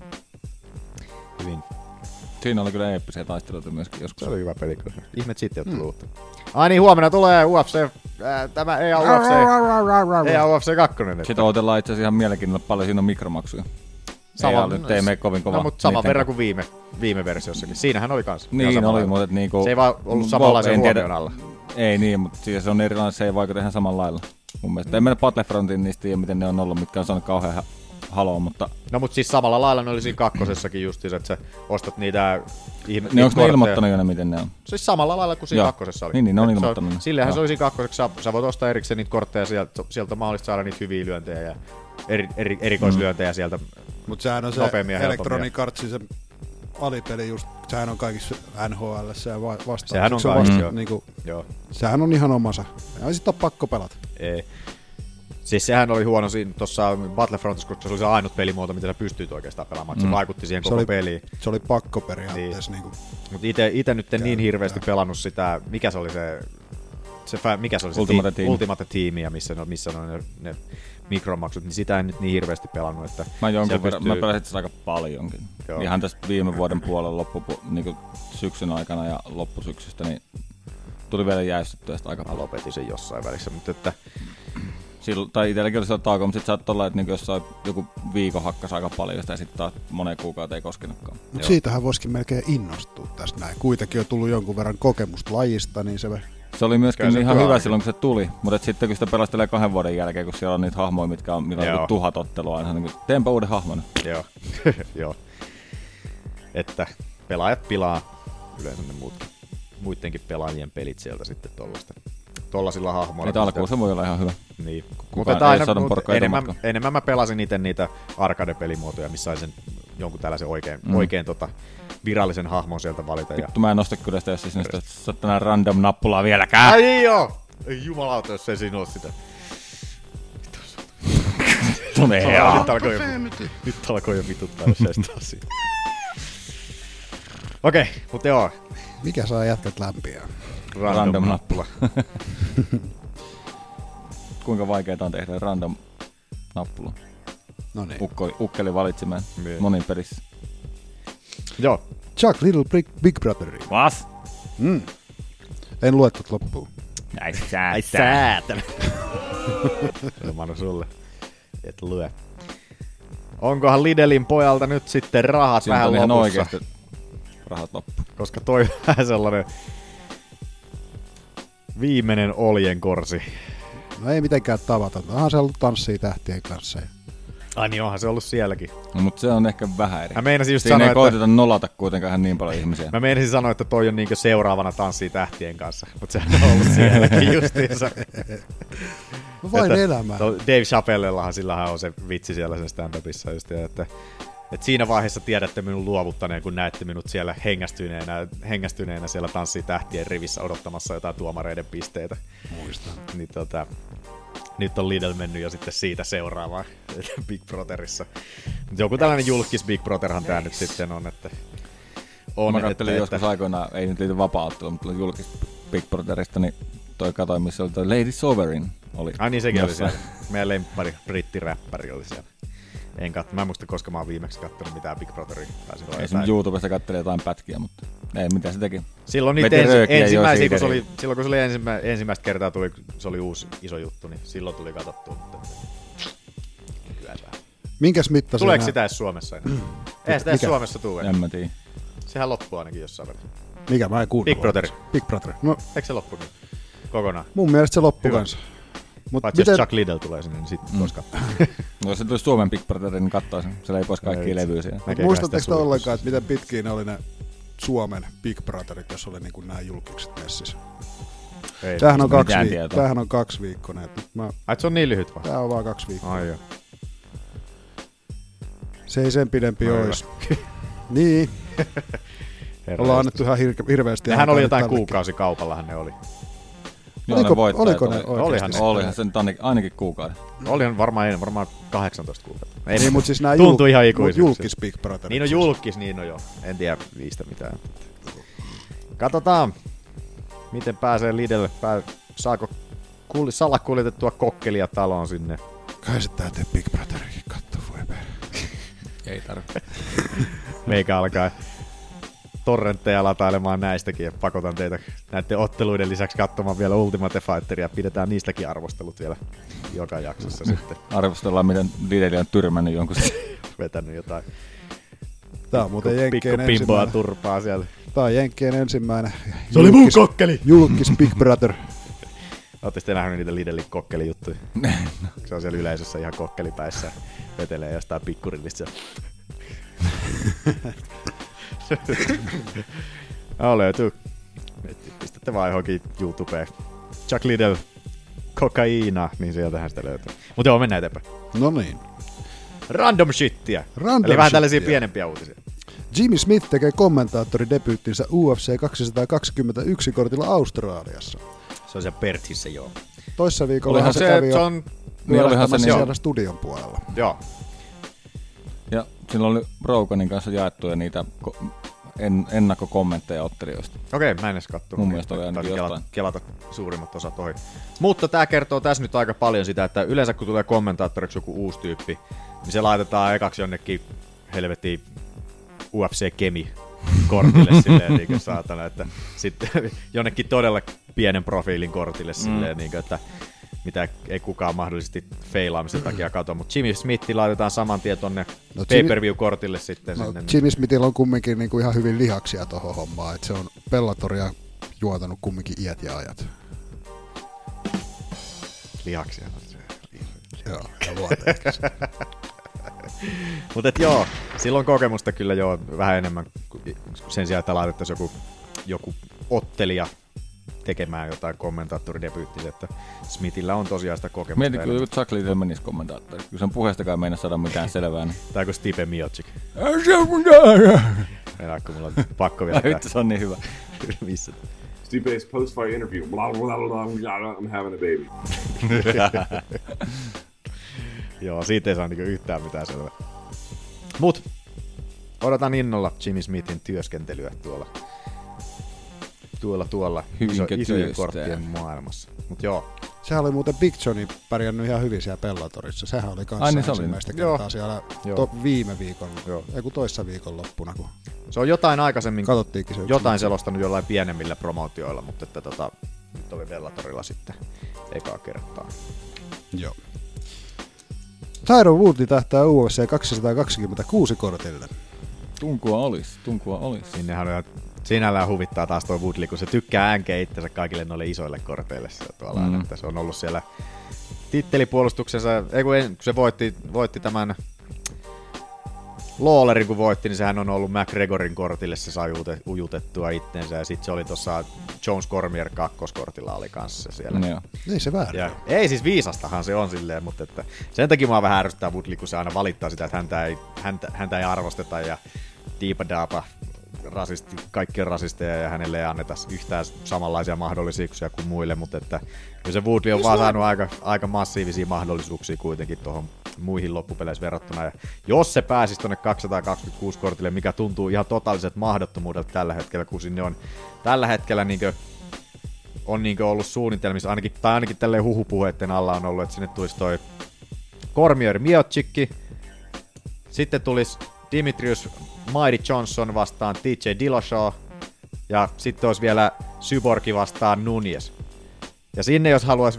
hyvin. Siinä oli kyllä eeppisiä taisteluita myöskin joskus. Se oli hyvä peli kyllä. Ihme sitten on tullut uutta. Ai niin, huomenna tulee U F C, ää, tämä E A U F C, E A U F C kaksi. Sitten odotellaan itse asiassa ihan mielenkiinnolla paljon, siinä on mikromaksuja. Sama, nyt ei mene kovin kova. No, mutta saman verran kuin viime, viime versiossakin. Siinähän oli kans. Niin oli, mutta et niinku... Se ei vaan ollut samanlaisen huomion alla. Ei niin, mutta siis se on erilainen, se ei vaikuta ihan samalla lailla. Mun mielestä. En mennä Battlefrontiin niistä tiedä, miten ne on ollut, mitkä on saanut kauhean haloo, mutta... No mut siis samalla lailla ne oli siinä kakkosessakin justiinsa, että sä ostat niitä ihme... Niin onko ne ilmoittanut jo ne, miten ne on? Siis samalla lailla kuin siinä Joo. kakkosessa oli. Niin, niin ne on ilmoittanut. On, sillehän se oli siinä kakkosessa, sä, sä voit ostaa erikseen niitä kortteja, sieltä, sieltä on mahdollista saada niitä hyviä lyöntejä ja eri, eri, erikoislyöntejä mm. sieltä. Mut sehän on se Electronic Artsin se alipeli just, sehän on kaikissa N H L:ssä ja vastaan. Sehän on kaikissa, vasta, mm. niinku, joo. Sehän on ihan omansa. Ja sit on pakko pelata. Ei. Siis sehän oli huono siinä tuossa Battlefrontissa, koska se oli se ainut pelimuoto, mitä sä pystyit oikeastaan pelaamaan. Mm. Se vaikutti siihen se koko oli, peliin. Se oli pakko periaatteessa. Niin. Niinku, Mutta ite, ite nyt en niin hirveästi pelannut sitä, mikä se oli se, se mikä se oli se Ultimate, team, Ultimate Team, ja missä, no, missä on ne, ne mikromaksut, niin sitä en nyt niin hirveästi pelannut. Että mä jonkun verran, pystyy... mä pelasin sitä aika paljonkin. Joo. Ihan tästä viime vuoden puolella loppu, niin syksyn aikana ja loppusyksystä, niin tuli vielä jäystettyä sitä aika. Mä lopetin sen jossain välissä, mutta että... Silloin, tai itselläkin oli sitä taukoa, mutta sitten saattaa olla, että niin jossain joku viikon hakkas aika paljon, ja sitten taas moneen kuukauteen ei koskenutkaan. Mutta siitähän voisikin melkein innostua tästä näin. Kuitenkin on tullut jonkun verran kokemusta lajista, niin se... Se oli myöskin se ihan hyvä aina silloin, kun se tuli, mutta sitten kun sitä pelastelee kahden vuoden jälkeen, kun siellä on niitä hahmoja, mitkä on, millä on tuhat ottelua aina, niin teenpä uuden hahmon. Joo, joo. Että pelaajat pilaa yleensä ne muut, muidenkin pelaajien pelit sieltä sitten tollaista. Tollasilla hahmoilla. Niitä alkuun se voi olla ihan hyvä. Niin. Mutta aina, mut enemmän, enemmän mä pelasin itse niitä arcade-pelimuotoja, missä sain sen jonkun tällaisen oikein, mm. oikein tota, virallisen hahmon sieltä valita. Vittu, ja... mä en nosta kyllä sitä, jos siis niistä sä oot tänään random-nappulaa vieläkään. Ai niin joo! Ei jumalauta, jos ei siinä oo sitä. Tunne joo. Nyt alkoi jo, nyt alkoi jo vituttaa, jos ei sitä siitä. Okei, okay, mutta joo. Mikä saa jätkät lämpiä? Random-nappula. Kuinka vaikeeta on tehdä random-nappula? No niin. Ukko, ukkeli valitsemaan monin pelissä. Joo. Chuck Little Big, Big Brother. Vas? Mm. En lue tot loppuun. Ai säätä. Ai säätä. Manu sulle. Et lue. Onkohan Lidelin pojalta nyt sitten rahat Siinä vähän lopussa? Oikeasti rahat loppu. Koska toi vähän sellainen viimeinen oljenkorsi. No ei mitenkään tavatonta. Onhan se ollut Tanssii tähtien kanssa. Ai niin, onhan se ollut sielläkin. No, mutta se on ehkä vähän eri. Mä meinasin just Siinä sanoa, ei että... koiteta nolata kuitenkaan ihan niin paljon ihmisiä. Mä meinasin sanoa, että toi on niinkö seuraavana Tanssii tähtien kanssa. Mutta sehän on ollut sielläkin justiinsa. No vain elämää. Dave Chappellellahan sillähän on se vitsi siellä sen stand-upissa just, että... Et siinä vaiheessa tiedätte minun luovuttaneen, kun näette minut siellä hengästyneenä, hengästyneenä siellä Tanssii tähtien rivissä odottamassa jotain tuomareiden pisteitä. Muistan. Niin, tota, nyt on Lidl mennyt jo sitten siitä seuraavaan Big Brotherissa. Joku tällainen julkis Big Brotherhan tää nyt sitten on, että... On, Mä kattelin että, joskus että... aikoinaan, ei nyt liity vapaa-ottelua, mutta julkis Big Brotherista, niin toi katsoin, missä oli toi Lady Sovereign. Oli Ai niin, sekin oli siellä. Meidän lemppari, brittiräppäri oli siellä. En katso. Mä en muista, koska mä oon viimeksi kattonut mitään Big Brotheria. Esimerkiksi YouTubesta katselin jotain pätkiä, mutta ei mitä se teki. Silloin niitä ensi, ensimmäisiä, kun se oli, silloin kun se oli ensimmä, ensimmäistä kertaa, tuli, se oli uusi iso juttu, niin silloin tuli katsottua. Minkäs mittaisia? Tuleeko sitä edes Suomessa enää? Eihän sitä edes Suomessa tule. En mä tiedä. Sehän loppuu ainakin jossain välissä. Mikä? Mä en kuunnella. Big Brother. Big Brother. No. Eikö se loppu nyt? Kokonaan. Mun mielestä se loppui Hyvä. kanssa. Mut Paitsi miten... jos Chuck Liddell tulee sinne, niin sitten mm. koska. No jos se tulisi Suomen Big Brother, niin kattoo sen. Se leipoi kaikkia levyjä siinä. Muistatteko te ollenkaan, että miten pitkiä ne oli ne Suomen Big Brotherit, jos oli niinku nämä julkikset messissä? Ei, tämähän on, kaksi viik- tämähän on kaksi viikkoinen. Mä... Ai, se on niin lyhyt vai? Tää on vaan kaksi viikkoa. Ai joo. Se ei sen pidempi ois. Niin. Ollaan annettu ihan hir- hirveästi. Nehän oli jotain kuukausikaupalla, ne oli. Oliko, oliko ne oikeasti? Olihan, olihan se nyt ainakin, ainakin kuukauden. Olihan varmaan ei, varmaan kahdeksantoista kuukautta. Ei, niin, mutta siis nämä tuntui julk- ihan ikuisesti. Julkis Big Brother. Niin on julkis, niin on joo. En tiedä viistä mitään. Katsotaan, miten pääsee Lidelle. Pää, saako kulli, salakuljetettua kokkelia taloon sinne? Kai se täytyy Big Brotherikin katsoa, voi perä. Ei tarvitse. Meikä alkaa torrentteja latailemaan näistäkin ja pakotan teitä näiden otteluiden lisäksi katsomaan vielä Ultimate Fighteria. Pidetään niistäkin arvostelut vielä joka jaksossa sitten. Arvostellaan, miten Lideli on tyrmännyt jonkun. Vetänyt jotain. Tää on muuten Jenkkien ensimmäinen. Turpaa siellä. Tää on Jenkkien ensimmäinen. Se oli mun kokkeli! Julkis Big Brother. Ootte sitten nähnyt niitä Lidelin kokkelijuttuja? Se on siellä yleisössä ihan kokkelipäissä. Vetelee jostain pikkurillista. Joo, löytyy. Pistätte vaan johonkin YouTubeen. Chuck Liddell, kokaiina, niin sieltähän sitä löytyy. Mutta joo, mennään eteenpäin. No niin. Random shittiä. Random Eli vähän shittiä. tällaisia pienempiä uutisia. Jimmy Smith tekee kommentaattoridebyyttinsä U F C kaksisataakaksikymmentäyksi kortilla Australiassa. Se on se Perthissä, joo. Toissa viikolla se, se kävi jo on, niin olihan se niin siellä studion puolella. Joo. Ja silloin oli Roganin kanssa jaettuja niitä ko- en, ennakkokommentteja ottelijoista. Okei, mä en edes kattonut. Mun mielestä oli ainakin kelata, kelata suurimmat osat ohi. Mutta tää kertoo tässä nyt aika paljon sitä, että yleensä kun tulee kommentaattoriksi joku uusi tyyppi, niin se laitetaan ekaksi jonnekin helvettiin U F C-kemi kortille silleen, niin kuin saatana, että sitten jonnekin todella pienen profiilin kortille silleen, mm. niin kuin, että mitä ei kukaan mahdollisesti feilaamisen takia katso, mutta Jimmy Smith laitetaan saman tien tonne no, pay-per-view-kortille sitten. No, sinne. Jimmy Smithillä on kumminkin niin kuin ihan hyvin lihaksia tohon hommaan, että se on Bellatoria juotanut kumminkin iät ja ajat. Lihaksia? Joo, ja luoteeksi. Mutta joo, silloin kokemusta kyllä joo vähän enemmän sen sijaan, että laitettaisiin joku, joku ottelija tekemään jotain kommentaattoridebyyttiä, että Smithillä on tosiaan sitä kokemusta. Mietin, kun Chuck Liddell menisi kommentaattori. Kyllä sen puheestakaan ei mennä saada mitään selvää. Niin. Tai kuin Stipe Miocic. Enää kun mulla on pakko vielä. Vittu, se on niin hyvä. Missä? Stipe's post-fight interview. Blah, blah, blah, blah, I'm having a baby. Joo, siitä ei saa niinku yhtään mitään selvää. Mut odotan innolla Jimmy Smithin työskentelyä tuolla tuolla tuolla iso, isojen korttien maailmassa. Mut joo. Sehän oli muuten Big Johnny pärjännyt ihan hyvin siellä Bellatorissa. Sehän oli kanssa niin ensimmäistä kertaa joo. siellä to, viime viikon, ei kun toissa viikon loppuna. Kun se on jotain aikaisemmin, se jotain selostanut jollain pienemmillä promootioilla, mutta että tota, nyt oli Bellatorilla sitten ekaa kertaa. Joo. Tyron Woodley tähtää U F C kaksisataakaksikymmentäkuusi kortille. Tunkua olis, tunkua olis. Sinnehän on sinällään huvittaa taas toi Woodley, kun se tykkää änkeä itsensä kaikille noille isoille korteille tuolla mm. että se on ollut siellä tittelipuolustuksensa, ei kun, kun se voitti, voitti tämän Lawlerin kun voitti, niin sehän on ollut McGregorin kortille, se sai ujutettua itsensä ja sitten se oli tuossa Jones Cormier kakkoskortilla oli kanssa siellä. No, ei se väärin. Ja, ei siis viisastahan se on silleen, mutta että sen takia mua vähän ärsyttää Woodley, kun se aina valittaa sitä, että häntä ei, häntä, häntä ei arvosteta ja diipadaapa rasisti, kaikki on rasisteja ja hänelle ei anneta yhtään samanlaisia mahdollisuuksia kuin muille, mutta että se Woodley on vaan saanut aika, aika massiivisia mahdollisuuksia kuitenkin tuohon muihin loppupeleissä verrattuna. Ja jos se pääsisi tuonne kaksisataakaksikymmentäkuusi kortille, mikä tuntuu ihan totaaliset mahdottomuudelta tällä hetkellä, kun sinne on tällä hetkellä niinkö, on niinkö ollut suunnitelmissa, ainakin, tai ainakin tälleen huhupuheiden alla on ollut, että sinne tulisi toi Cormier Miocicki, sitten tulisi Dimitrius Mighty Johnson vastaan T J Dillashaw, ja sitten olisi vielä Cyborgi vastaan Nunes. Ja sinne jos haluaisi vielä,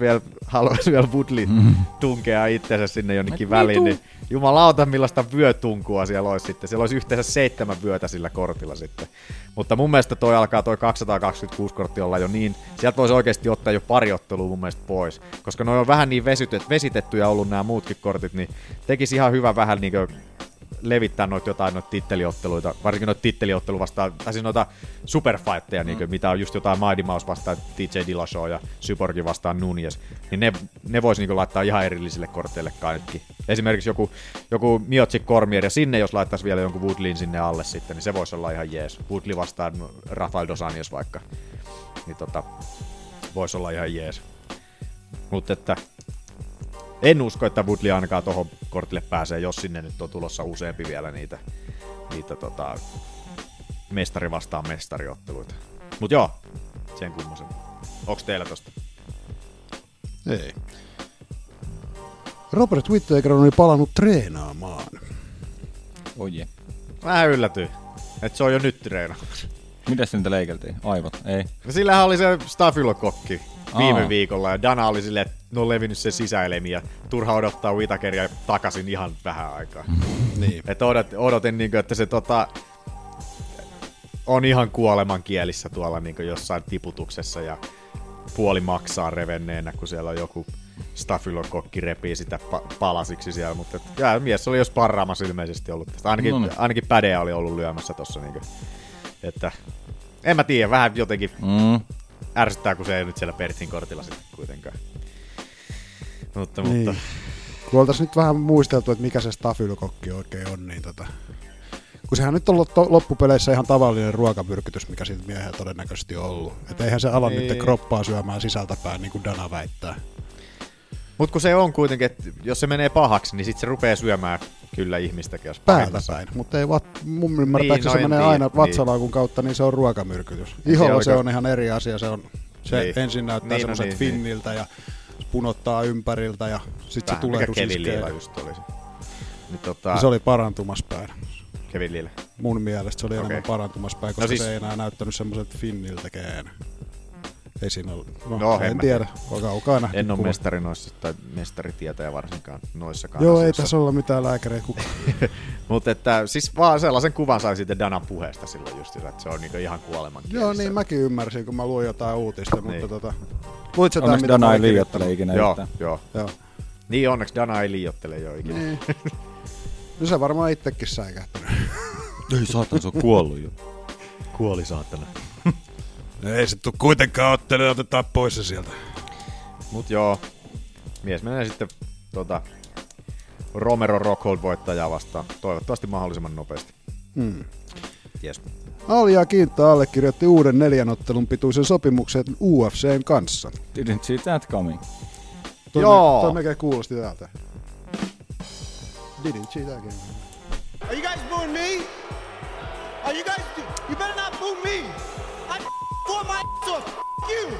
haluaisi vielä Woodley mm. tunkea itsensä sinne jonnekin väliin, niin jumalauta millaista vyötunkua siellä olisi sitten. Siellä olisi yhteensä seitsemän vyötä sillä kortilla sitten. Mutta mun mielestä toi alkaa toi kaksisataakaksikymmentäkuusi kortti olla jo niin, sieltä voisi oikeasti ottaa jo pari ottelua mun mielestä pois. Koska noi on vähän niin vesitettyjä ollut nämä muutkin kortit, niin tekisi ihan hyvä vähän niinkö levittää noita jotain noita titteliotteluita, varsinkin noita titteliottelu vastaan, tai siis noita superfightteja, mm. niin mitä on just jotain Mighty Mouse vastaan T J Dillashaw ja Cyborgi vastaan Nunes, niin ne, ne vois niin laittaa ihan erillisille korteille kaikki. Esimerkiksi joku, joku Miocic Cormier, ja sinne jos laittaisi vielä jonkun Woodleyn sinne alle sitten, niin se voisi olla ihan jees. Woodley vastaan Rafael dos Anjos vaikka, niin tota, voisi olla ihan jees. Mutta että en usko, että Woodley ainakaan tohon kortille pääsee, jos sinne nyt on tulossa useampi vielä niitä, niitä tota, mestari vastaan mestariotteluita. Mut joo, sen kummosen. Onks teillä tosta? Ei. Robert Whittaker oli palannut treenaamaan. Oje. Vähän yllätyin, että se on jo nyt treenaamassa. Mitäs niitä leikeltiin? Aivot? Ei. No sillähän oli se stafylokokki viime Aa. viikolla, ja Dana oli silleen, että ne on levinnyt sen sisäelimiä, turha odottaa Whittakeria takaisin ihan vähän aikaa. Niin. Et odot, odotin, niin kuin, että se tota, on ihan kuoleman kielissä tuolla niin kuin jossain tiputuksessa ja puoli maksaa revenneenä, kun siellä on joku stafylokokki repii sitä pa- palasiksi siellä, mutta et, ja, mies oli jo sparraamassa ilmeisesti ollut tästä. Ainakin, no, ainakin pädeä oli ollut lyömässä tossa, niin kuin, että en mä tiedä, vähän jotenkin mm. ärsyttää, kun se ei nyt siellä Perthin kortilla sitten kuitenkaan. Mutta, niin. mutta... Kun oltaisiin nyt vähän muisteltu, että mikä se stafylokokki oikein on, niin tota... Kun sehän nyt on to- loppupeleissä ihan tavallinen ruokamyrkytys, mikä siitä miehellä todennäköisesti on ollut. Että eihän se ala niin. nyt kroppaa syömään sisältäpäin, niin kuin Dana väittää. Mut kun se on kuitenkin, että jos se menee pahaksi, niin sit se rupeaa syömään kyllä ihmistäkin, jos päältä päin. Mutta ei vat- mun ymmärtääkseni niin, no se menee tiedä. aina vatsalaukun niin. kautta, niin se on ruokamyrkytys. Iholla se on ihan eri asia. Se, on, se niin. ensin näyttää niin, semmoiset no niin, finniltä niin. ja punottaa ympäriltä ja sit vähän se tulehdus iskee. Kevin Lila just oli se. Niin, tota... se oli parantumaspäin. Kevin Lila. Mun mielestä se oli okay. enemmän parantumaspäin, koska no siis... se ei enää näyttänyt semmoiset finniltäkään. Ei siinä ole. No, no en, en tiedä. Kaukaa nähty. En ole mestari noissa, tai mestaritietäjä varsinkaan noissakaan Joo, asioissa. ei tässä olla mitään lääkäreitä kukaan. Mutta että siis vaan sellaisen kuvan sai sitten Danan puheesta silloin just, että se on niinku ihan kuoleman kielissä. Joo, niin mäkin ymmärsin, kun mä luin jotain uutista, niin. mutta tota... Luit sä onneksi Dana ei liioittele ikinä joo, yhtään. Joo, joo. Niin onneksi Dana ei liioittele jo ikinä. Niin. No se varmaan itsekin säikähtänyt. Ei saatana, se on kuollut jo. Kuoli saatana. Ei se tuu kuitenkaan ottele, otetaan pois se sieltä. Mut joo, mies menee sitten tota, Romero Rockhold-voittajaa vastaan. Toivottavasti mahdollisimman nopeasti. Hmm. Yes. Alia Quinta allekirjoitti uuden neljän ottelun pituisen sopimuksen U F C:n kanssa. Didn't see that coming. Toi joo. Toi mikä kuulosti täältä. Didn't see that coming. Are you guys booing me? Are you guys... You better not boo me! I for my off, you!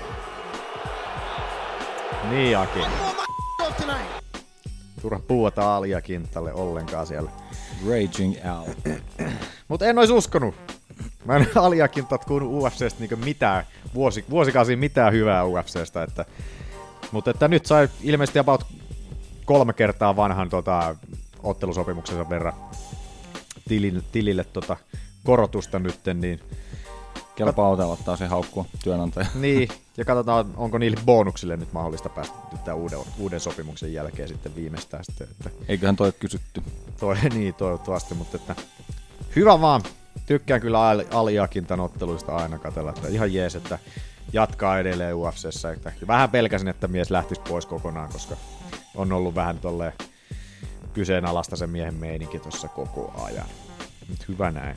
Niin, Aki. I for my off tonight! Turha puuata Alia Quintalle ollenkaan siellä. Raging out. Mut en ois uskonut. Mä en Alia Quintat kuullut U F C:stä niinku mitään, vuosi, vuosikausia mitään hyvää U F C:stä, että... Mut että nyt sai ilmeisesti about kolme kertaa vanhan tota, ottelusopimuksensa verran tilille, tilille tota, korotusta nytten, niin... Kelpaa otella taas se haukkua työnantaja. Niin, ja katsotaan, onko niille bonuksille nyt mahdollista päästä tämän uuden, uuden sopimuksen jälkeen sitten viimeistään. Sitten, että eiköhän toi kysytty. Toi, niin, toivottavasti, mutta että hyvä vaan. Tykkään kyllä Aliakin tämän otteluista aina katsella, että ihan jees, että jatkaa edelleen U F C:ssä. Että vähän pelkäsin, että mies lähtisi pois kokonaan, koska on ollut vähän tolleen kyseenalaista sen miehen meininki tuossa koko ajan. Nyt hyvä näin.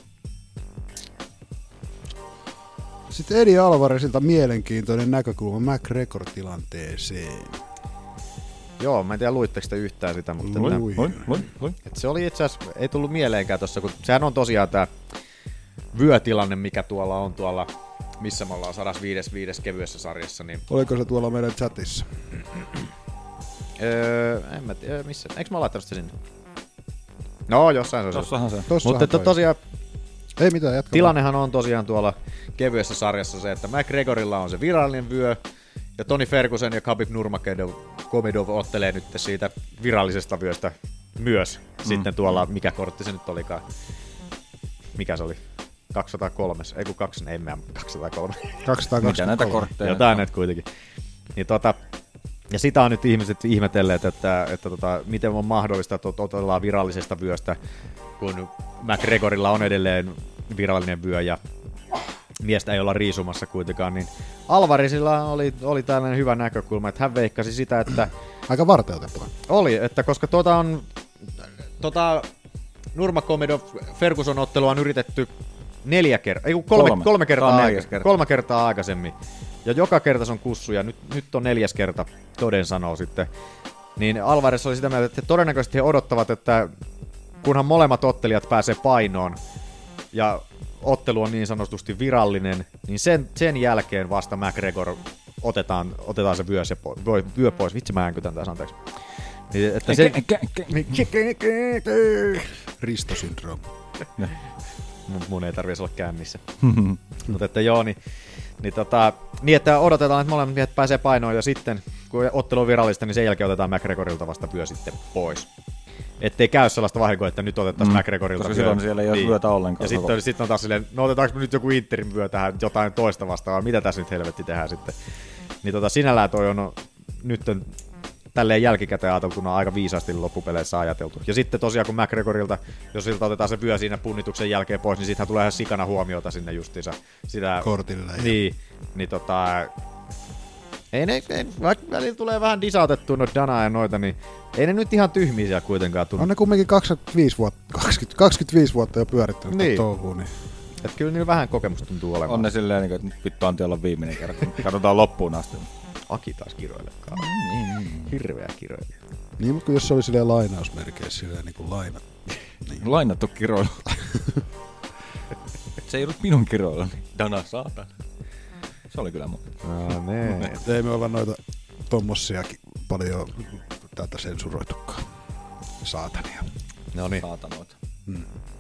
Sitten Eddie Alvarezilta mielenkiintoinen näkökulma McGregor-tilanteeseen. Joo, mä en tiedä luitteko te yhtään sitä, mutta luin, luin, luin, luin. Et se oli itse asiassa, ei tullut mieleenkään tossa, kun sehän on tosiaan tää vyötilanne, mikä tuolla on tuolla, missä me ollaan sata viisi kevyessä sarjassa. Niin... Oliko se tuolla meidän chatissa? öö, en mä tiedä, missä, eikö mä laittanut se sinne? No, jossain se on. Tossahan se. Mutta että tosiaan, ei mitään, jatka. Tilannehan on tosiaan tuolla kevyessä sarjassa se, että McGregorilla on se virallinen vyö, Ja Tony Ferguson ja Khabib Nurmagomedov ottelee nyt siitä virallisesta vyöstä myös. Mm. Sitten tuolla, mikä kortti se nyt olikaan? Mikä se oli? kaksisataakolme, ei kun kaksi, ei mä kaksisataakolme. kaksisataakolme. Mitä näitä kortteja? Jotain näitä kuitenkin. Niin tota, ja sitä on nyt ihmiset ihmetelleet, että, että tota, miten on mahdollista, että otellaan virallisesta vyöstä, kun McGregorilla on edelleen virallinen vyö ja miestä ei olla riisumassa kuitenkaan, niin Alvarezilla oli, oli tällainen hyvä näkökulma, että hän veikkasi sitä, että... Aika varteutettava. Oli, että koska tuota on... Tuota, Nurmagomedov Ferguson ottelua on yritetty neljä kertaa, ei kolme, kolme. Kolme, kertaa aika, kerta. kolme kertaa aikaisemmin. Ja joka kerta se on kussu, ja nyt, nyt on neljäs kerta, toden sanoo sitten. Niin Alvarez oli sitä mieltä, että todennäköisesti he odottavat, että kunhan molemmat ottelijat pääsee painoon, ja ottelu on niin sanotusti virallinen, niin sen, sen jälkeen vasta McGregor otetaan, otetaan se vyö, se po, vyö pois. Vitsi, mä äänkytän tässä, anteeksi. Niin, että se... Ristosyndrooma. Mun, mun ei tarvitsisi olla kännissä. Mutta että joo, niin, niin, tota, niin että odotetaan, että molemmat miehet pääsee painoon ja sitten, kun ottelu on virallista, niin sen jälkeen otetaan McGregorilta vasta vyö sitten pois. Ettei käy sellaista vahinkoa, että nyt otettaisiin mm. McGregorilta koska vyö. Koska silloin siellä ei ole niin. vyötä ollenkaan. Ja sitten sit on taas silleen, no otetaanko me nyt joku Interin vyö tähän jotain toista vastaan, mitä tässä nyt helvetti tehdään sitten. Niin tota, sinällään toi on nyt tälleen jälkikäteen ajateltuna aika viisaasti loppupeleissä ajateltu. Ja sitten tosiaan kun McGregorilta, jos siltä otetaan se vyö siinä punnituksen jälkeen pois, niin siitähän tulee ihan sikana huomiota sinne justiinsa. Sitä, kortille. Niin, niin tota... Ei ne, ei, vaikka välillä tulee vähän disautettua noita Danaa ja noita, niin ei ne nyt ihan tyhmiä siellä kuitenkaan tunnu. On ne kumminkin kaksikymmentäviisi vuotta, kaksikymmentä, kaksikymmentäviisi vuotta jo pyörittänyt niin. touhuun. Niin. Et kyllä niillä vähän kokemusta tuntuu olevan. On ne silleen, että nyt vittu Antti olla viimeinen kerran, kun katsotaan loppuun asti. Aki taas kiroilekaan. Mm, mm, hirveä kiroilija. Niin, mutta jos se oli silleen lainausmerkeissä, silleen niin kuin lainat. Niin. Lainattu kiroilu. Se ei ollut minun kiroiluni. Dana, saatan. Se oli kyllä mun. No, nee. Ei me olla noita tommosiakin paljon täältä sensuroitukaan. Saatania. No niin. Saatanoita. Hmm.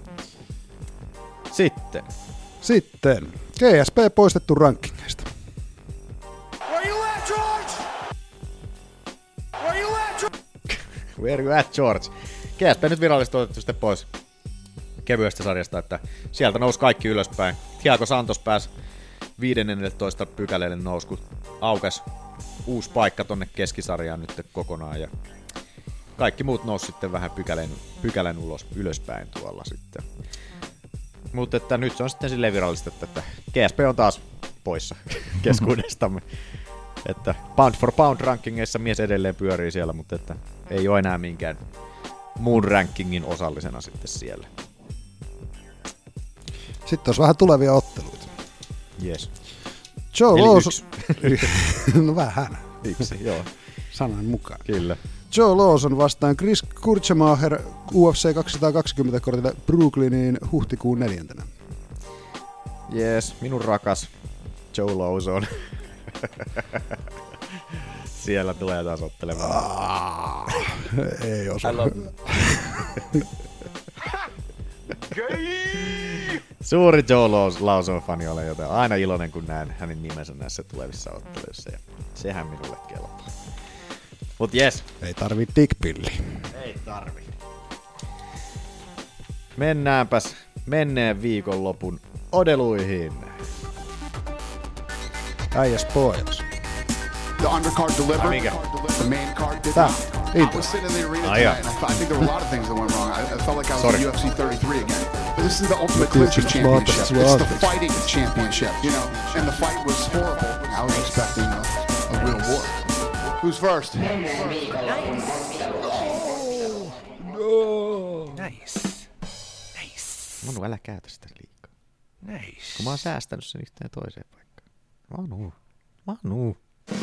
Sitten. Sitten. G S P poistettu rankingeista. Where you at, George? Where you at, George? Where you at, George? G S P nyt virallisesti otettu sitten pois kevyestä sarjasta, että sieltä nousi kaikki ylöspäin. Thiago Santos pääsi viidennentoista pykäleille nousi, kun aukesi uusi paikka tonne keskisarjaan nyt kokonaan ja kaikki muut nousi sitten vähän pykälän, pykälän ulos, ylöspäin tuolla sitten. Mutta että nyt se on sitten silleen virallista, että G S P on taas poissa keskuudestamme. Että pound for pound rankingeissa mies edelleen pyörii siellä, mutta että ei ole enää minkään muun rankingin osallisena sitten siellä. Sitten olisi vähän tulevia otteluita. Jes. Joe Lawson... no vähän. Yksi, joo. Sanan mukaan. Kyllä. Joe Lawson vastaan Chris Kurtschmacher U F C kaksisataakaksikymmentä kortille Brooklyniin huhtikuun neljäntenä. Jes, minun rakas Joe Lawson. Siellä tulee taas ottelemaan. Ah, ei osu. Suuri Joe Lawson-fani olen, joten aina iloinen, kun näen hänen nimensä näissä tulevissa otteluissa. Ja sehän minulle kelpaa. Mut jes. Ei tarvii dickpilli. Ei tarvi. Mennäänpäs menneen viikonlopun odeluihin. Äijä spoils. The undercard delivered. The main card did not. I was sitting in the arena tonight, and I, thought, I think there were a lot of things that went wrong. I, I felt like I was Sorry. in U F C thirty-three again. But this is the Ultimate Clincher Championship. It's the fighting championship, you know. And the fight was horrible. I was expecting a, a real war. Who's first? No. Nice. Nice. Manu, älä käytä sitä liikaa. Nice. Kun mä oon säästänyt sen yhteen toiseen paikkaan. Manu. Manu.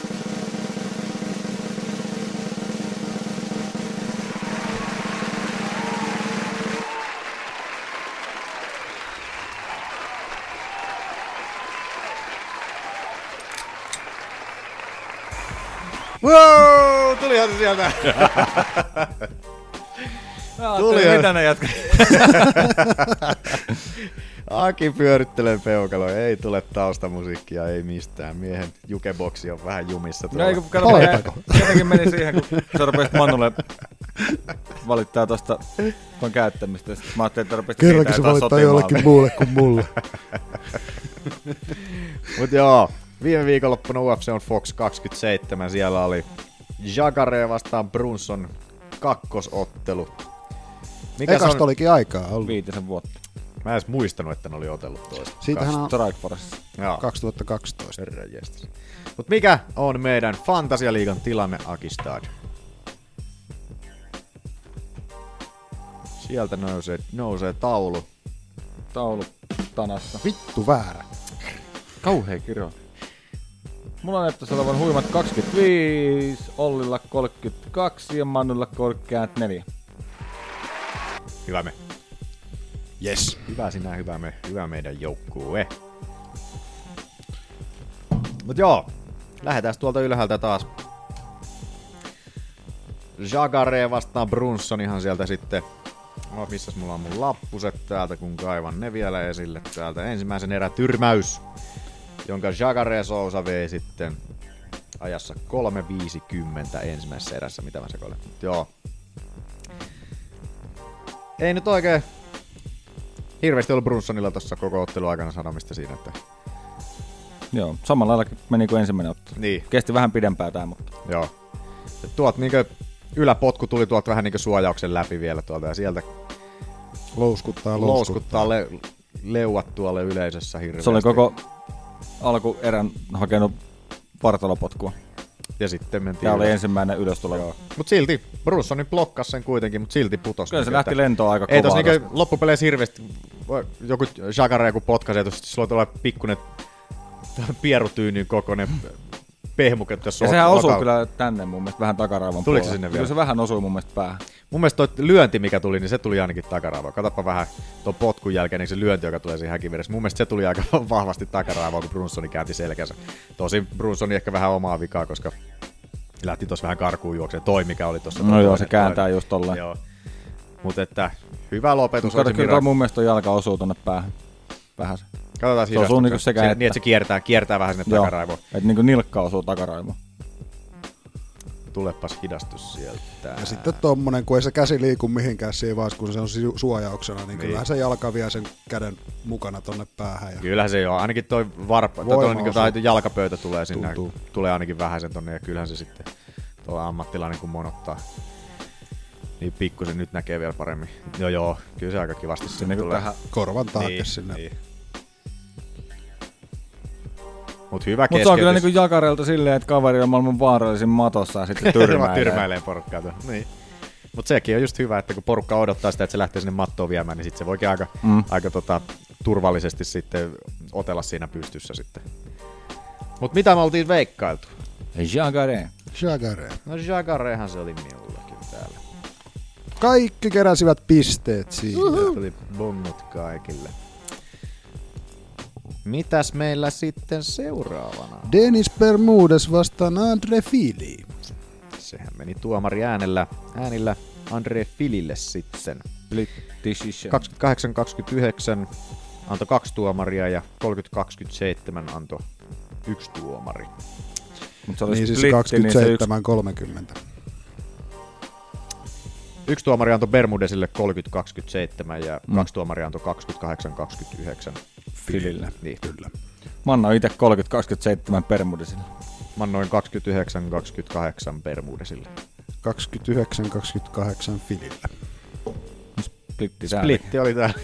Wow, tulihan se sieltä. Tuli mitä ne jatkaa. Aki pyörittelee peukaloja, ei tule taustamusiikkia, ei mistään. Miehen jukeboksi on vähän jumissa tuolla. No ei, kun kato, jotenkin meni siihen, kun sä rupesit Manulle valittaa tosta ton käyttämistä. Sitten mä ajattelin, että rupesit kerrankin se valittaa jollekin muulle kuin mulle. Mut joo, viime viikonloppuna U F C on Fox kaksikymmentäseitsemän, siellä oli Jacare vastaan Brunson kakkosottelu. Mikä Ekasta on... olikin aikaa ollut. Viitisen vuotta. Mä en edes muistanut, että ne oli otellut toista. Siitähän on Strikeforce. kaksituhattakaksitoista. Herra jestas. Mut mikä on meidän Fantasialiigan tilanne, Akistad? Sieltä nousee, nousee taulu. Taulu tanassa. Vittu väärä. Kauhea kirjo. Mulla näyttäisi olevan huimat kaksikymmentäviisi, Ollilla kolmekymmentäkaksi ja Manulla kolmekymmentäneljä. Hyvä me. Yes. Hyvä sinä, hyvä me, hyvä meidän joukkue. Mut joo, lähdetään tuolta ylhäältä taas. Jacare vastaan Brunson ihan sieltä sitten. No missäs mulla on mun lappuset täältä, kun kaivan ne vielä esille täältä. Ensimmäisen erän tyrmäys, jonka Jacare Sousa vei sitten ajassa kolme viisikymmentä ensimmäisessä erässä, mitä mä sekoilen. Joo. Ei nyt oikein hirveästi ollut Brunsonilla tossa koko ottelu aikana sanomista siinä, että... Joo, samalla lailla meni kuin ensimmäinen ottelu. Niin. Kesti vähän pidempään tää, mutta... Joo. Et tuot niinkö yläpotku tuli tuolta vähän niinkö suojauksen läpi vielä tuolta ja sieltä... Louskuttaa, louskuttaa. Louskuttaa le- leuat tuolle yleisössä hirveästi. Se oli koko alkuerän hakenut vartalopotkua. Ja sitten mentiin... Tää oli ensimmäinen ylöstuleva. Mut silti, Brunsonin blokkasi sen kuitenkin, mut silti putosi. Kyllä se lähti että... lentoon aika kovaa. Ei tos niinkö loppupeleissä hirveästi, joku Jacare joku potkaisee, että sulla on tuolla pikkunen pierutyynin kokoinen pehmuke. Ja sehän osui loka... kyllä tänne mun mielestä vähän takaraivan puolella. Tuliko se sinne vielä? Kyllä se vähän osui mun mielestä päähän. Mun mielestä toi lyönti, mikä tuli, niin se tuli ainakin takaraivaan. Katoppa vähän tuon potkun jälkeen, niin se lyönti, joka tulee siihen häkivedessä. Mun mielestä se tuli aika vahvasti takaraivaan, kun Brunsoni käänti selkänsä. Tosin Brunsoni ehkä vähän omaa vikaa, koska lähti tossa vähän karkuun juokseen. Toi, mikä oli tossa. No joo, se kääntää just tolleen. Joo. Mut että hyvä lopetus. Kato, kyllä mun mielestä toi jalka osuu tonne päähän. Vähän se. Katsotaan se osuu niinku sekä, että... Niin, että se kiertää, kiertää vähän sinne joo, takaraivoon. Että niinku nilkka osuu takaraivoon. Tulepas hidastus sieltä. Ja sitten tommonen, kun ei se käsi liiku mihinkään siinä vaiheessa, kun se on suojauksena, niin, niin. kyllähän se jalka vie sen käden mukana tonne päähän. Ja... Kyllähän se joo, ainakin toi varpa, toi niin tai jalkapöytä tulee sinne, Tuntuu. tulee ainakin vähäsen tonne, ja kyllähän se sitten tuo ammattilainen kun monottaa. Niin pikkusen nyt näkee vielä paremmin. Joo joo, kyllä se aika kivasti sinne tulee. Tähän korvan taakse niin, sinne. Niin. Mut hyvä Mut se on kyllä niinku Jacarelta silleen, että kaveri on maailman vaarallisin matossa ja sitten tyrmäilee. tyrmäilee porukkaa. Niin. Mut sekin on just hyvä, että kun porukka odottaa sitä, että se lähtee sinne mattoon viemään, niin sit se voikin aika, mm. aika tota, turvallisesti sitten otella siinä pystyssä sitten. Mut mitä me oltiin veikkailtu? Jacare. Jacare. No Jacarehan se oli minullakin täällä. Kaikki keräsivät pisteet siitä. Siitä tuli bongot kaikille. Mitäs meillä sitten seuraavana? Denis Bermudez vastaan Andre Fili. Sehän meni tuomari äänellä, äänillä Andre Filille sitten. kaksikymmentäkahdeksan kaksikymmentäyhdeksän antoi kaksi tuomaria ja kolmekymmentä kaksikymmentäseitsemän antoi yksi tuomari. Mut se oli niin splitti, siis kaksikymmentäseitsemän niin kolmekymmentä. Yksi tuomari antoi Bermudezille kolmekymmentä kaksikymmentäseitsemän ja mm. kaksi tuomaria antoi kaksikymmentäkahdeksan kaksikymmentäyhdeksän Filille. Niin. Kyllä. Mä annoin itse kolmekymmentä kaksikymmentäseitsemän Bermudezille. Mä annoin kaksikymmentäyhdeksän kaksikymmentäkahdeksan Bermudezille. kaksikymmentäyhdeksän kaksikymmentäkahdeksan Filille. Splitti, Splitti oli täällä.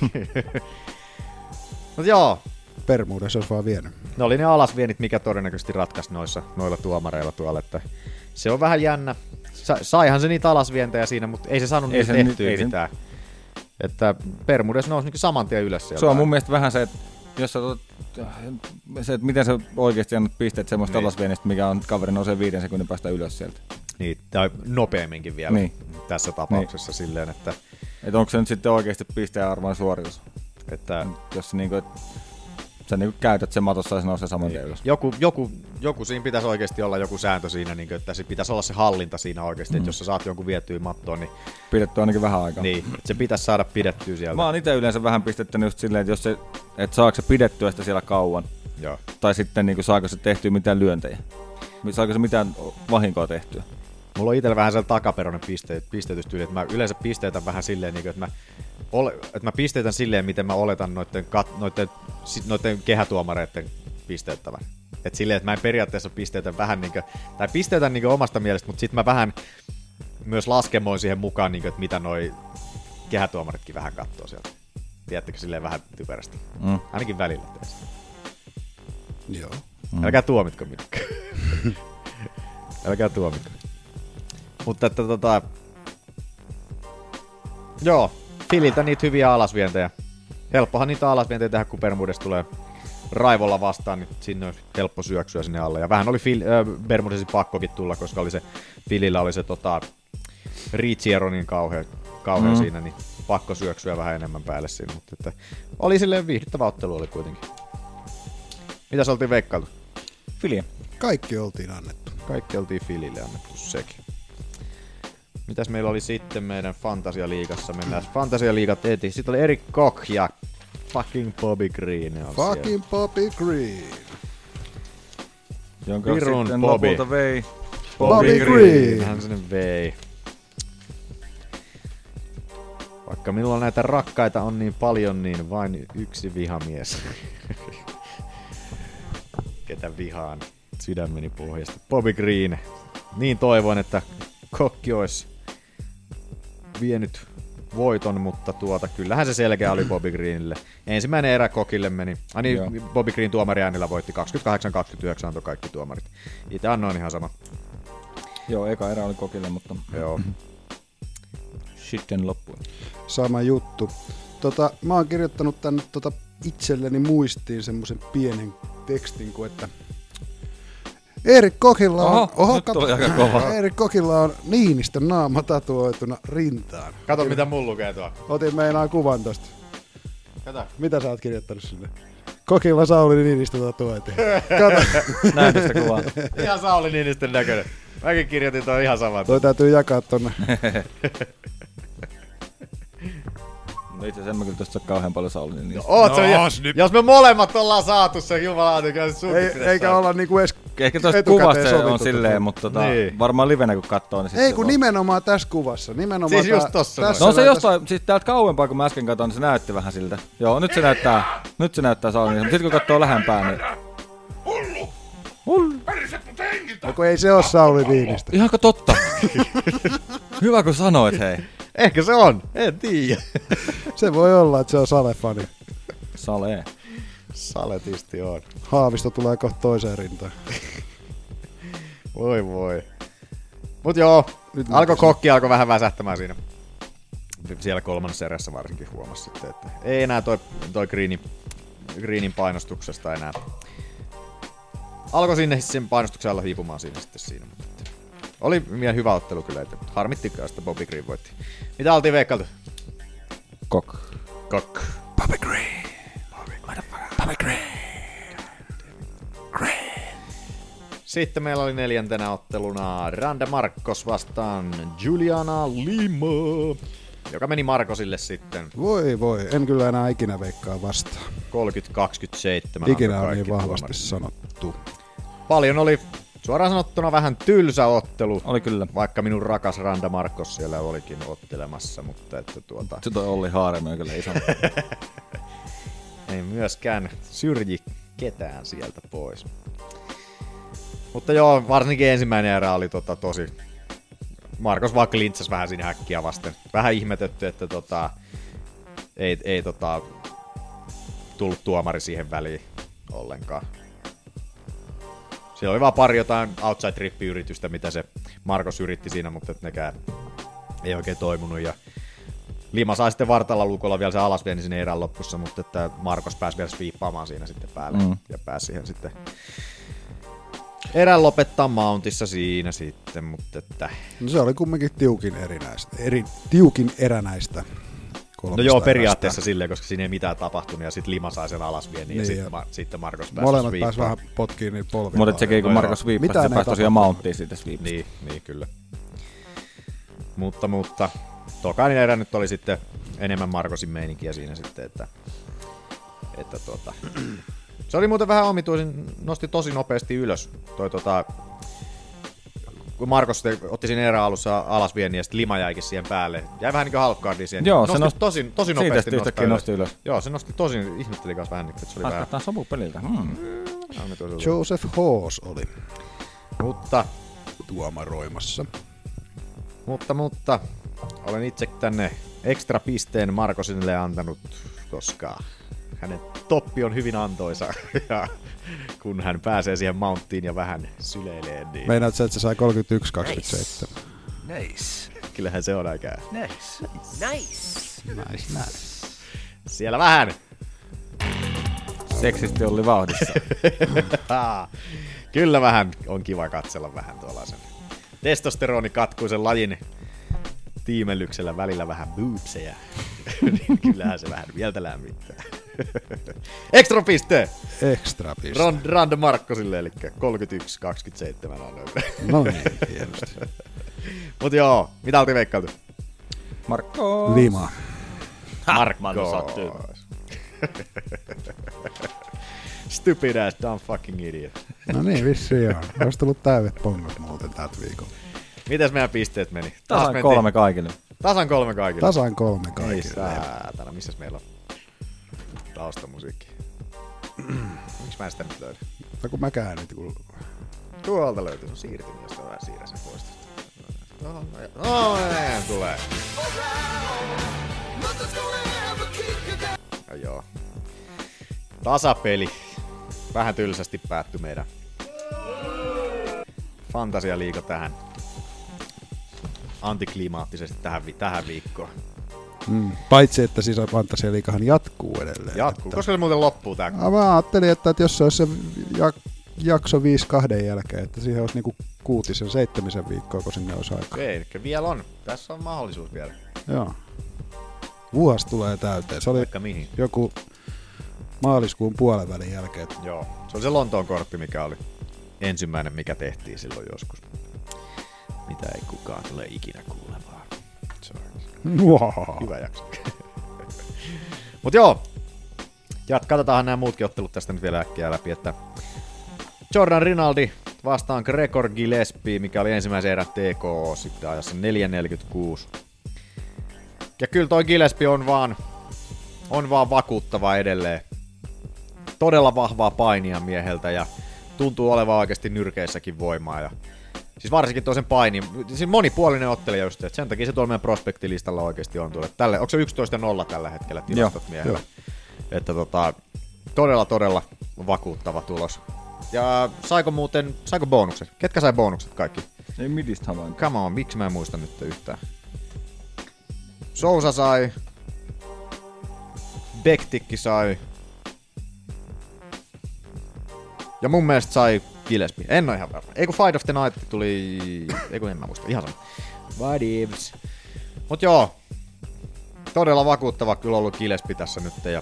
Mut joo. Bermudez olisi vaan vienyt. Ne oli ne alasvienit, mikä todennäköisesti ratkaisi noissa, noilla tuomareilla tuolla. Että se on vähän jännä. Sa- saihan se niitä alasvientejä siinä, mutta ei se saanut ei niitä se tehtyä ni- mitään. Sen... Että Bermudez nousi niin saman tien ylös sieltä. Se on mun mielestä vähän se, että jos sä tot, se, että miten sä oikeasti annat pisteet semmoista niin. alasviennistä, mikä on kaveri nousee viiden sekunnin päästä ylös sieltä. Niin, tai nopeamminkin vielä niin. tässä tapauksessa niin. silleen, että... Että onko se nyt sitten oikeasti pisteen arvoinen suoritus? Että jos se niinku, Sä niinku käytät sen matossa ja se nousee saman tien ylös. Joku, joku, joku siinä pitäisi oikeasti olla joku sääntö siinä, niin että se pitäisi olla se hallinta siinä oikeasti, mm. että jos sä saat jonkun vietyä mattoon, niin... Pidettyä ainakin vähän aikaa. Niin, että se pitäisi saada pidettyä sieltä. Mä oon ite yleensä vähän pistettänyt just silleen, että jos se, et saako se pidettyä sitä siellä kauan. Joo. Tai sitten niinku saako se tehtyä mitään lyöntejä. Saako se mitään vahinkoa tehtyä. Mulla on itsellä vähän sellainen takaperoinen piste, pisteytystyyli, että mä yleensä pisteytän vähän silleen, että mä, ole, että mä pisteytän silleen, miten mä oletan noitten, kat, noitten, noitten kehätuomareiden pisteyttävän. Et silleen, että mä en periaatteessa pisteytän vähän niinkö, tai pisteytän niinkö omasta mielestä, mutta sit mä vähän myös laskemoin siihen mukaan, niinkö, että mitä noi kehätuomaritkin vähän kattoo sieltä. Tiedättekö silleen vähän typerästi? Mm. Ainakin välillä teistä. Joo. Mm. Älkää tuomitko minua. Älkää tuomitko. Mutta että tota... Joo, Fililtä niitä hyviä alasvientejä. Helppohan niitä alasvientejä tehdä, kun Bermudes tulee raivolla vastaan, niin sinne on helppo syöksyä sinne alle. Ja vähän oli Fil, äh, Bermudesin pakkokin tulla, koska oli se, Filillä oli se tota, reach-ero niin kauhea, kauhea mm. siinä, niin pakko syöksyä vähän enemmän päälle siinä. Mutta että oli silleen viihdyttävä ottelu oli kuitenkin. Mitä oltiin veikkailtu? Filiä. Kaikki oltiin annettu. Kaikki oltiin Filille annettu sekin. Mitäs meillä oli sitten meidän Fantasialiigassa? Mennään Fantasialiigat etiin. Sitten oli Erik Koch ja fucking Bobby Green. Fucking siellä. Bobby Green. Jonka Pirun sitten Bobby. lopulta vei Bobby, Bobby Green. Hän sinne vei. Vaikka minulla näitä rakkaita on niin paljon, niin vain yksi vihamies. Ketä vihaan sydämeni pohjasta. Bobby Green. Niin toivoin, että Kokki olisi vienyt voiton, mutta tuota, kyllähän se selkeä oli Bobby Greenille. Ensimmäinen erä Kokille meni. Ai niin, Joo. Bobby Green tuomariäänillä voitti kaksikymmentäkahdeksan kaksikymmentäyhdeksän, antoi kaikki tuomarit. Itse annoin ihan sama. Joo, eka erä oli Kokille, mutta Joo. sitten loppui. Sama juttu. Tota, mä oon kirjoittanut tänne tota itselleni muistiin semmoisen pienen tekstin kuin, että Erik Kochilla on, oho, oho, kato, Erik Kochilla on Niinistön naama tatuoituna rintaan. Kato mitä mun lukee tuo. Otin meinaan kuvan tosta. Kato. Mitä sä oot kirjoittanut sinne? Kochilla Sauli Niinistö tatuoitiin. Kato. Näin tästä kuvaa. Ihan Sauli Niinistön näköinen. Mäkin kirjoitin tuon ihan saman. Toi täytyy jakaa tonne. No itse asiassa en mä kyllä tosta kauhean paljon Sauli Niinistö. No, oot no, jos, jos me molemmat ollaan saatu se jumalauta, niin sun Ei, eikä saada. Olla niinku edes ehkä tosta kuvasta se on silleen, mutta tota, niin. Varmaan livenä kun katsoo, niin ei kun nimenomaan tässä kuvassa. Nimenomaan siis just tossa. Tässä no se jostain, siis täältä kauempaa kun mä äsken katsoin, niin se näytti vähän siltä. Joo, nyt se näyttää, nyt se näyttää Sauli Niinistö, mutta sit kun katsoo lähempää, niin... Hullu! Hullu! No kun ei se oo Sauli Niinistö. Ihanko totta? Hyvä kun sanoit, hei. Ehkä se on, en tiedä. Se voi olla, että se on Sale-fani. Sale. Saletisti on. Haavisto tulee kohta toiseen rintaan. Voi voi. Mut joo, nyt alkoi Kokki alkoi vähän väsähtämään siinä. Siellä kolmannessa erässä varsinkin huomasi sitten, että ei enää toi, toi Greenin, Greenin painostuksesta enää. Alkoi sinne sen painostuksen alla hiipumaan siinä sitten siinä. Oli vielä hyvä ottelu kyllä, että harmittikaan sitä Bobby Green voitti. Mitä oltiin veikkailtu? Kok. Kok. Bobby Green. Bobby, Bobby Green. Green. Sitten meillä oli neljäntenä otteluna Randa Marcos vastaan Juliana Lima, joka meni Marcosille sitten. Voi voi, en kyllä enää ikinä veikkaa vastaan. kolmekymmentä kaksikymmentäseitsemän. Ikinä on niin vahvasti tuomarit. Sanottu. Paljon oli suoraan sanottuna vähän tylsä ottelu. Oli kyllä. Vaikka minun rakas Randa Marcos siellä olikin ottelemassa, mutta että tuota... Se toi Olli Haaremi on kyllä iso. Ei myöskään syrji ketään sieltä pois. Mutta joo, varsinkin ensimmäinen erä oli tota tosi... Marcos vaan klintsasi vähän siinä häkkiä vasten. Vähän ihmetetty, että tota... Ei, ei tota... tullut tuomari siihen väliin ollenkaan. Siellä oli vaan pari jotain outside-rippi-yritystä, mitä se Marcos yritti siinä, mutta nekään ei oikein toiminut. Ja Lima sai sitten vartalla lukolla vielä se alasvieni sinne erän lopussa, mutta että Marcos pääsi vielä sviippaamaan siinä sitten päälle mm. ja pääsi siihen sitten erän lopettaa mountissa siinä sitten, mutta että... No se oli kumminkin tiukin erinäistä, eri, tiukin eränäistä No joo, periaatteessa silleen, koska siinä ei mitään tapahtunut ja sitten Lima sai sen alas vielä, niin, niin ja sitten ma- sit Marcos pääsi molemmat pääsi vähän potkiin niitä polvilla. Mutta sekin kun Marcos viippasi, se pääsi tosiaan mounttiin siitä sweepistä. Niin, niin kyllä. Mutta, mutta tokainen erä nyt oli sitten enemmän Marcosin meininkiä siinä sitten, että, että tota, se oli muuten vähän omituisin, nosti tosi nopeasti ylös toi tota, kun Marcos otti siinä erän alussa alas viennin ja sitten Lima jäikin siihen päälle. Jäi vähän niin kuin halfguardia siihen. Joo, nosti se nosti tosi, tosi nopeasti nosti ylös. nosti ylös. Joo, se nosti tosi, ihmetteli kanssa vähän, että se oli vähän... Tämä sopu peliltä. Hmm. Joseph Hoos oli. Mutta... tuomaroimassa. Mutta, mutta... Olen itse tänne ekstra pisteen Marcosille antanut, koska hänen toppi on hyvin antoisa. Ja kun hän pääsee siihen mounttiin ja vähän syleilee, niin... Meinaat sä, että se sai kolmekymmentäyksi kaksikymmentäseitsemän. Nice. Kyllähän se on aika. Nice. Nice. Nice, nice. Siellä vähän. Seksisti oli vauhdissa. Kyllä vähän on kiva katsella vähän tuollaisen testosteronikatkuisen lajin tiimellyksellä välillä vähän boobseja. Niin kyllähän se vähän mieltä lämmittää. Ekstra piste! Ekstra piste. Rand, Rand Markkosille, eli kolmekymmentäyksi kaksikymmentäseitsemän on. No niin, hienosti. Mut joo, mitä oltiin veikkailtu? Markko. Lima. Markko. Stupid ass dumb fucking idiot. No niin, vissiin on. Olisi tullut täydet pongot muuten tältä viikolla. Mites meidän pisteet meni? Tasan Taas kolme kaikille. Tasan kolme kaikille. Tasan kolme kaikille. Ei saatana, missäs meillä on taustamusiikki? Miksi mä en sitä nyt löydä? No kun mäkään nyt kun... Tuolta löytyy, se on siirtynyt, josta vähän siirrä sen pois. No, no, näin tulee. Ja joo. Tasapeli. Vähän tylsästi päättyi meidän fantasialiiga tähän antiklimaattisesti tähän, vi- tähän viikkoon. Mm, paitsi, että siis fantasialiikahan jatkuu edelleen. Jatkuu. Että... Koska se muuten loppuu tää? Mä ajattelin, että, että jos se olisi se jak- jakso viisi kahden jälkeen, että siihen olisi niinku kuutisen, seitsemisen viikkoa, kun sinne olisi aikaa. Ei, vielä on. Tässä on mahdollisuus vielä. Joo. Vuosi tulee täyteen. Se oli mihin? joku maaliskuun puolen välin jälkeen. Joo. Se oli se Lontoon kortti, mikä oli ensimmäinen, mikä tehtiin silloin joskus. Mitä ei kukaan tule ikinä kuulemaan. Se on wow. Hyvä jakso. Mut joo. Ja katsotaan nämä muutkin ottelut tästä nyt vielä äkkiä läpi, että Jordan Rinaldi vastaan Gregor Gillespie, mikä oli ensimmäisen erän T K O sitten ajassa neljä neljäkymmentäkuusi. Ja kyllä toi Gillespie on vaan, on vaan vakuuttava edelleen. Todella vahvaa painia mieheltä ja tuntuu olevan oikeasti nyrkeissäkin voimaa. Ja siis varsinkin toisen paini, siis monipuolinen ottelija just, että sen takia se tuolla meidän prospektilistalla oikeasti on tullut. Tälle, onko se yksitoista nolla tällä hetkellä tilastot Joo, miehellä? Jo. Että tota, todella todella vakuuttava tulos. Ja saiko muuten, saiko bonukset? Ketkä sai bonukset kaikki? Ei midistä havainto. Come on, miksi mä en muista nyt yhtään? Sousa sai. Bektikki sai. Ja mun mielestä sai Gillespie. En oo ihan varma. Eiku Fight of the Night tuli... Eiku en mä muista. Ihan sama. Vadims. Mut joo. Todella vakuuttava kyllä ollut Gillespie tässä nyt. Ja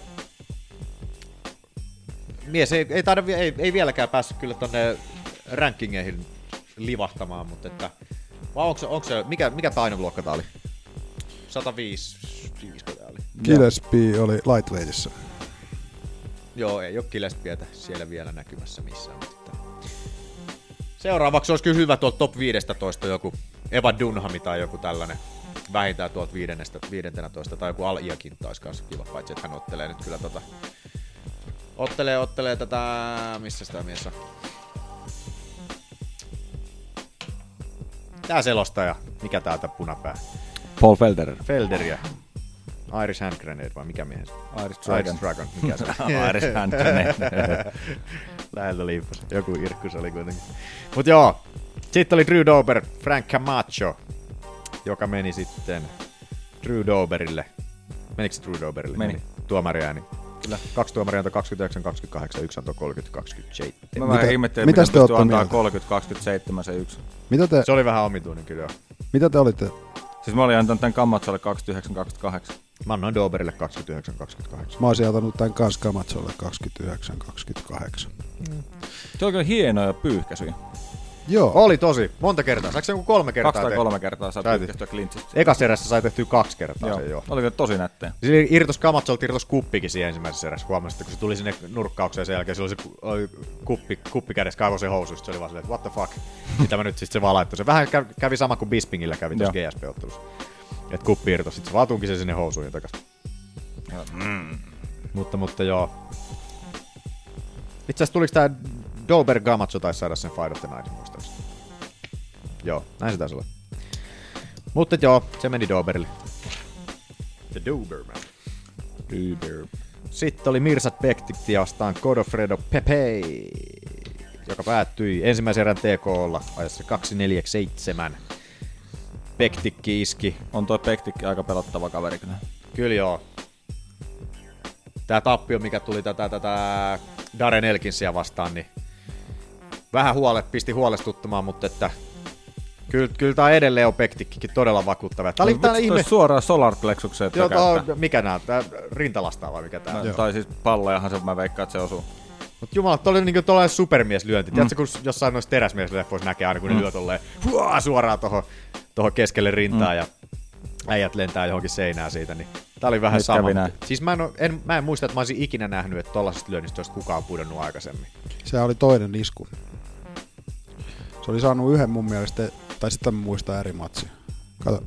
mies ei, ei, taida, ei, ei vieläkään päässyt kyllä tonne rankingeihin livahtamaan, mutta että... Vai onko se, onko se mikä, mikä painoluokka tää oli? sata viisi, viisikö tää oli? Gillespie oli lightweightissa. Joo, ei oo Gillespietä siellä vielä näkymässä missään. Mutta seuraavaksi olisi kyllä hyvä tuolta top viisitoista joku Eva Dunham tai joku tällainen. Vähintään tuolta viisitoista tai joku Al Iakin taisi kanssa kiva, paitsi että hän ottelee nyt kyllä tota... Ottelee, ottelee tätä... Missä sitä mies on? Tää selostaja. Mikä täältä punapää? Paul Felderer. Felderiä. Irish Hand Grenade vai mikä mies? Irish Dragon. Irish Dragon. Mikä se on? Irish Hand Grenade. Läheltä liippas. Joku irkkus oli kuitenkin. Mut joo. Sitten oli Drew Dober, Frank Camacho, joka meni sitten Drew Doberille. Menikö se Drew Doberille? Meni. Tuomariääni. Kyllä. Kaksi tuomaria antoi kaksikymmentäyhdeksän kaksikymmentäkahdeksan, yksi antoi kolmekymmentä kaksikymmentäseitsemän. Mä vähän ihmettelin, miten pystyy antaa kolmekymmentä kaksikymmentäseitsemän se yksi. Mitä te... Se oli vähän omituinen kyllä. Mitä te olitte? Siis mä olin antanut tän Camacholle kaksikymmentäyhdeksän kaksikymmentäkahdeksan. Mä annoin Doberille kaksikymmentäyhdeksän kaksikymmentäkahdeksan. Mä olisin antanut tän kans Kamatsolle kaksikymmentäyhdeksän kaksikymmentäkahdeksan. Mm. Se oli kyllä hienoja pyyhkäisyjä. Joo. Oli tosi. Monta kertaa. Saiko se joku kolme kertaa? Kaksi tai kolme kertaa sai pyyhkäistyä klintsistä. Ekas erässä sai tehtyä kaksi kertaa joo. sen jo. Oli kyllä tosi nättejä. Siis irtos Kamatsolta irtos kuppikin siinä ensimmäisessä erässä. Huomasin, kun se tuli sinne nurkkaukseen sen jälkeen, se oli se oli kuppi, kuppi kädessä, kaivoi sen housuista. Se oli vaan silleen, että what the fuck. Mitä mä nyt sitten se vaan laittoi. Se vähän kävi sama kuin Bispingillä kävi tuossa G S P-ottelussa. Että kuppi irtos. Sitten se vaan tunki se sinne housuihin takas. Mm. Mutta, mutta joo. Itse asiassa tuliko tää Dober Gamatso taisi saada sen Fight of the Night muistaakseni. Joo, näin se taisi olla. Mutta joo, se meni Doberille. The Doberman. Dober. Sitten oli Mirsad Bektikki vastaan Godofredo Pepe, joka päättyi ensimmäisen erän T K O:lla ajassa kaksi neljä seitsemän. Bektikki iski. On toi Bektikki aika pelottava kaveri kyllä. Kyllä joo. Tää tappio, mikä tuli tätä, tätä Darren Elkinsia vastaan, niin vähän huole, pisti huolestuttamaan, mutta että kyllä, kyllä tää edelleen on Bektikkikin todella vakuuttava. Tää oli no, tää ihme... suoraan solarplexukseen tökäyttää. Mikä nää? Tää rintalastaa vai mikä tää? No, tai siis pallojahan se, mä veikkaan, että se osuu. Mut jumala, toi oli niinku tollainen supermieslyönti. Mm. Tiedätkö, kun jossain noissa teräsmiesleffoissa näkee aina, kun mm. ne lyö tolleen huaa, suoraan tohon, tohon keskelle rintaa mm. ja äijät lentää johonkin seinään siitä, niin tää oli vähän nyt sama. Siis mä en, oo, en, mä en muista, että mä olisin ikinä nähnyt, että tollasesta lyönnistä olisi kukaan pudonnut aikaisemmin. Se oli toinen isku. Se oli saanut yhden mun mielestä, tai sitten mä muistan eri matsia. Kato.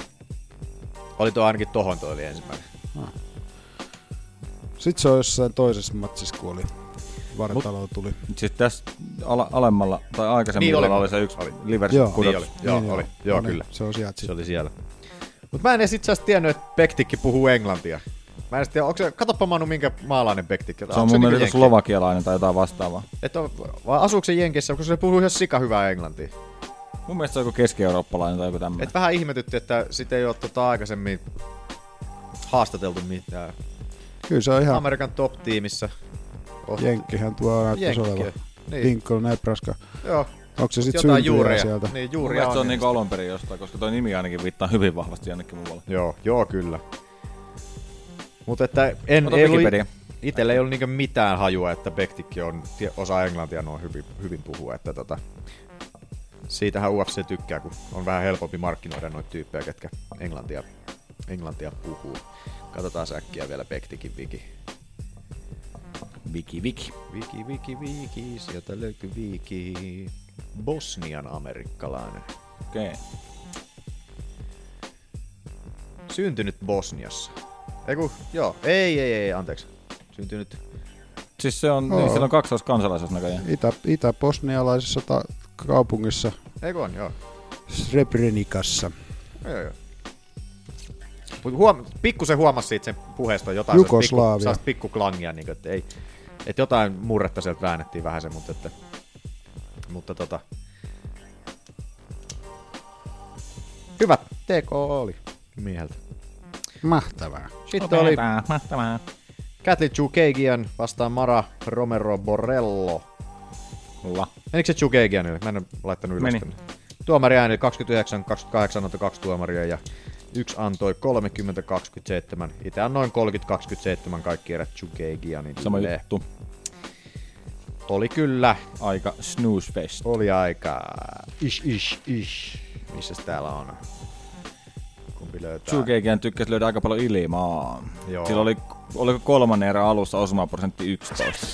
Oli tuo ainakin tohon, toi oli ensimmäinen. Ah. Sitten se on jossain toisessa matsissa, kun oli vartalo tuli. Siis tässä ale- alemmalla, tai aikaisemmin niin oli se yksi livers pudotus. Niin oli, joo, niin oli. Joo, no, kyllä. Se on sieltä. Se oli siellä. Mut mä en edes itse asiassa tiennyt, että Bektikki puhuu englantia. Mä en tiedä, onko se, katoppa Manu, minkä maalainen Bektikki. Se on mun mielestä slovakialainen tai jotain vastaavaa. Et on, vai asuuko se Jenkissä, kun se puhuu ihan sika hyvää englantia? Mun mielestä se on joku keski-eurooppalainen tai joku tämmöinen. Et vähän ihmetytti, että sitä ei ole tota aikaisemmin haastateltu mitään. Kyllä se on ihan... Amerikan top-tiimissä. Oh. Jenkkihän tuo näyttäisi olevan. Niin. Lincoln, Nebraska. Joo. Onko se sit syntyjä sieltä? Niin, juuria on. Se on niinku alun perin jostain, koska toi nimi ainakin viittaa hyvin vahvasti jonnekin muualle. Joo, joo kyllä. Mutta että en, ei ollut, itellä ei ollut niinku mitään hajua, että Bektikki on, osaa englantia noin hyvin, hyvin puhua. Että tota, siitähän U F C tykkää, kun on vähän helpompi markkinoida noita tyyppejä, ketkä englantia, englantia puhuu. Katsotaan äkkiä vielä Bektikin wiki. Wiki, wiki. Wiki, wiki, wiki. Sieltä löytyy wiki. Bosnian amerikkalainen. Okei. Okay. Syntynyt Bosniassa. Eiku, joo. Ei, ei, ei, anteeksi. Syntynyt... Siis se on, niin, siellä on kaksoiskansalaisuus näköjään. Itä, itä-bosnialaisessa ta- kaupungissa. Eiku on, joo. Srebrenikassa. Joo, joo. Mut huom- pikkusen huomasi siitä sen puheesta jotain Jugoslavia. pikku, pikku klangia, niin että ei, että jotain murretta sieltä väännettiin vähän sen, mutta että, mutta tota, hyvä T K oli mieheltä. Mahtavaa. Sitten oli mahtavaa. Kathleen Chookagian vastaan Mara Romero Borrello. La. Menikö se Chookagianille? Mä en ole laittanut ylös. Meni. Tuomari ääni kaksikymmentäyhdeksän kaksikymmentäkahdeksan antoi kaksi tuomaria ja yksi antoi kolmekymmentä kaksikymmentäseitsemän. Itse annoin kolmekymmentä kaksikymmentäseitsemän kaikki erät Chookagianille. Sama juttu. Oli kyllä. Aika snoozefest. Oli aika ish ish ish. Missäs täällä on? Kumpi löytää? Chookagian tykkäsi löydä aika paljon ilmaa. Joo. Sillä oli, oliko kolmannen erän alussa osumaprosentti yksitoista.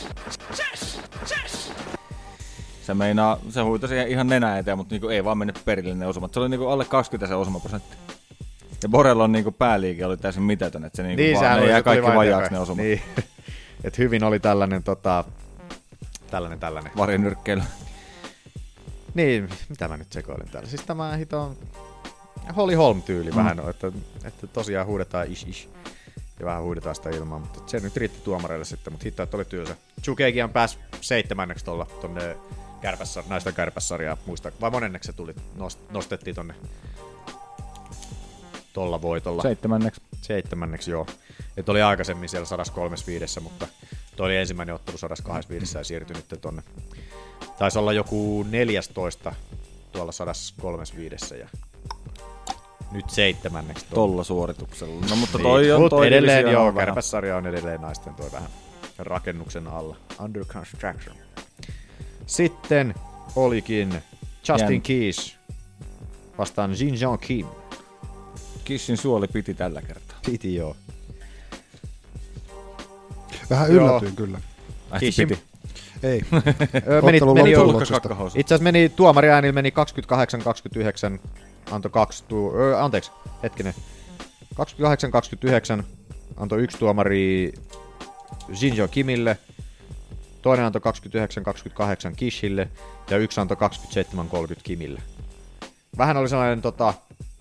Se meinaa, se huitasi ihan nenää eteen, mutta niinku ei vaan mennyt perille ne osumat. Se oli niinku alle kaksikymmentä se osumaprosentti. Ja Borrellon niinku pääliike oli täysin mitätön, että se niinku niin, vaan, ne jää kaikki vajaaksi ne osumat. Niin. Et hyvin oli tällainen tota, tällainen tällainen. Varjonyrkkeily. Niin, mitä mä nyt sekoilin täällä. Siis tämä hito Holly Holm-tyyli mm. vähän, että, että tosiaan huudetaan ish ish. Ja vähän huidetaan sitä ilmaa, mutta se nyt riitti tuomareille sitten, mutta hitto, että oli tylsä. Chookagian pääsi seitsemänneksi tuolla tonne kärpässä, naisten kärpässarjaa, muista, vai monenneksi se tuli, nost, nostettiin tonne tolla voitolla. Seitsemänneksi. Seitsemänneksi, joo. Et oli aikaisemmin siellä sata kolmekymmentäviisi, mutta toi oli ensimmäinen ottelu sata kaksikymmentäviisi ja siirtyi nyt tonne. Taisi olla joku neljästoista tuolla sata kolmekymmentäviisi ja nyt seitsemänneksi. Tolla suorituksella. No mutta niin, toi on... Mut toi edelleen joo, kärpässarja on edelleen naisten toi vähän rakennuksen alla. Under construction. Sitten olikin Justin Jän. Keys vastaan Jin Jong Kim. Kissin suoli piti tällä kertaa. Piti joo. Vähän yllätyin kyllä. Kissin piti. Ei. meni, meni Itse asiassa meni tuomariäänillä meni kaksikymmentäkahdeksan kaksikymmentäyhdeksän, antoi kaksi tu- ö, anteeksi, hetkinen. kaksikymmentäkahdeksan kaksikymmentäyhdeksän antoi yksi tuomari Jinjo Kimille, toinen antoi kaksikymmentäyhdeksän kaksikymmentäkahdeksan Kishille ja yksi antoi kaksikymmentäseitsemän kolmekymmentä Kimille. Vähän oli sellainen tota...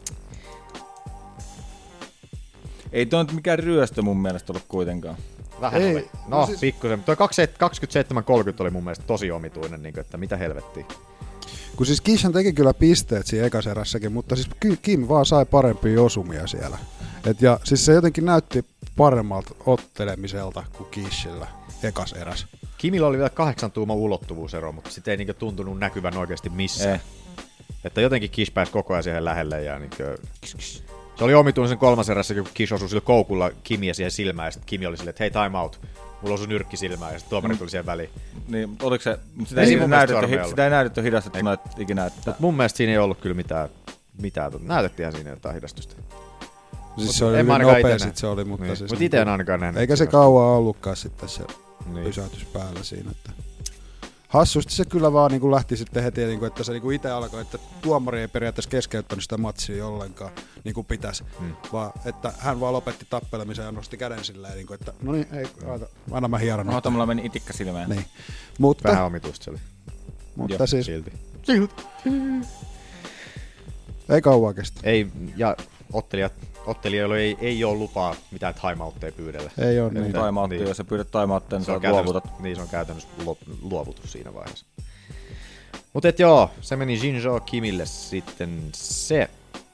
Ei toi nyt mikään ryöstö mun mielestä ollut kuitenkaan. Vähän ei, oli. No, no siis... pikkusen. Toi kaksikymmentäseitsemän kolmekymmentä oli mun mielestä tosi omituinen, niin kuin, että mitä helvettiä. Kun siis Kishan teki kyllä pisteet siinä ekaserässäkin, mutta siis Kim vaan sai parempia osumia siellä. Et ja siis se jotenkin näytti paremmalta ottelemiselta kuin Kishillä ekas eräs. Kimillä oli vielä kahdeksan tuuman ulottuvuusero, mutta sit ei niinku tuntunut näkyvän oikeasti missään. Ei. Että jotenkin Kish pääsi koko ajan siihen lähelle ja niinku... Se oli omituinen sen kolmas erässä, kun Kish osui sillä koukulla Kimiä siihen silmään, ja sitten Kimi oli silleen, että hei, time out. Mulla osui nyrkki silmään, ja sitten tuomari tuli siihen väliin. Niin, oliko se... Sitä ei, ei, näytetty, sitä ei näytetty hidastettu noit ikinä, että... Mut mun mielestä siinä ei ollut kyllä mitään... mitään näytettiinhän siinä jotain hidastusta. Siis se oli hyvin nopea sit se oli, mutta niin. siis... Mut ite en ainakaan nähnyt. Eikä se kauan ollutkaan sitten se niin. pysäytys päällä siinä, että... Hassusti se kyllä vaan niin kuin lähti sitten heti, niin kuin, että se niin kuin itse alkoi, että tuomari ei periaatteessa keskeyttänyt sitä matsia ollenkaan, niin kuin pitäisi, hmm. vaan että hän vaan lopetti tappelemisen ja nosti käden silleen, niin kuin, että no niin, ei, aina, aina mä hieron. No, mulla meni itikka silmään. Niin. Mutta, vähän omituista se oli. Mutta Joo, siis... Silti. Ei kauan kestä. Ei, ja ottelijat, ottelijoilla ei, ei ole lupaa mitään timeoutteja pyydellä. Ei ole niin. Timeoutteja, niin. Jos sä pyydät timeoutteja, niin sä luovutat. Niin, se on käytännössä luovutus siinä vaiheessa. Mutta et joo, se meni Jinjo Kimille sitten se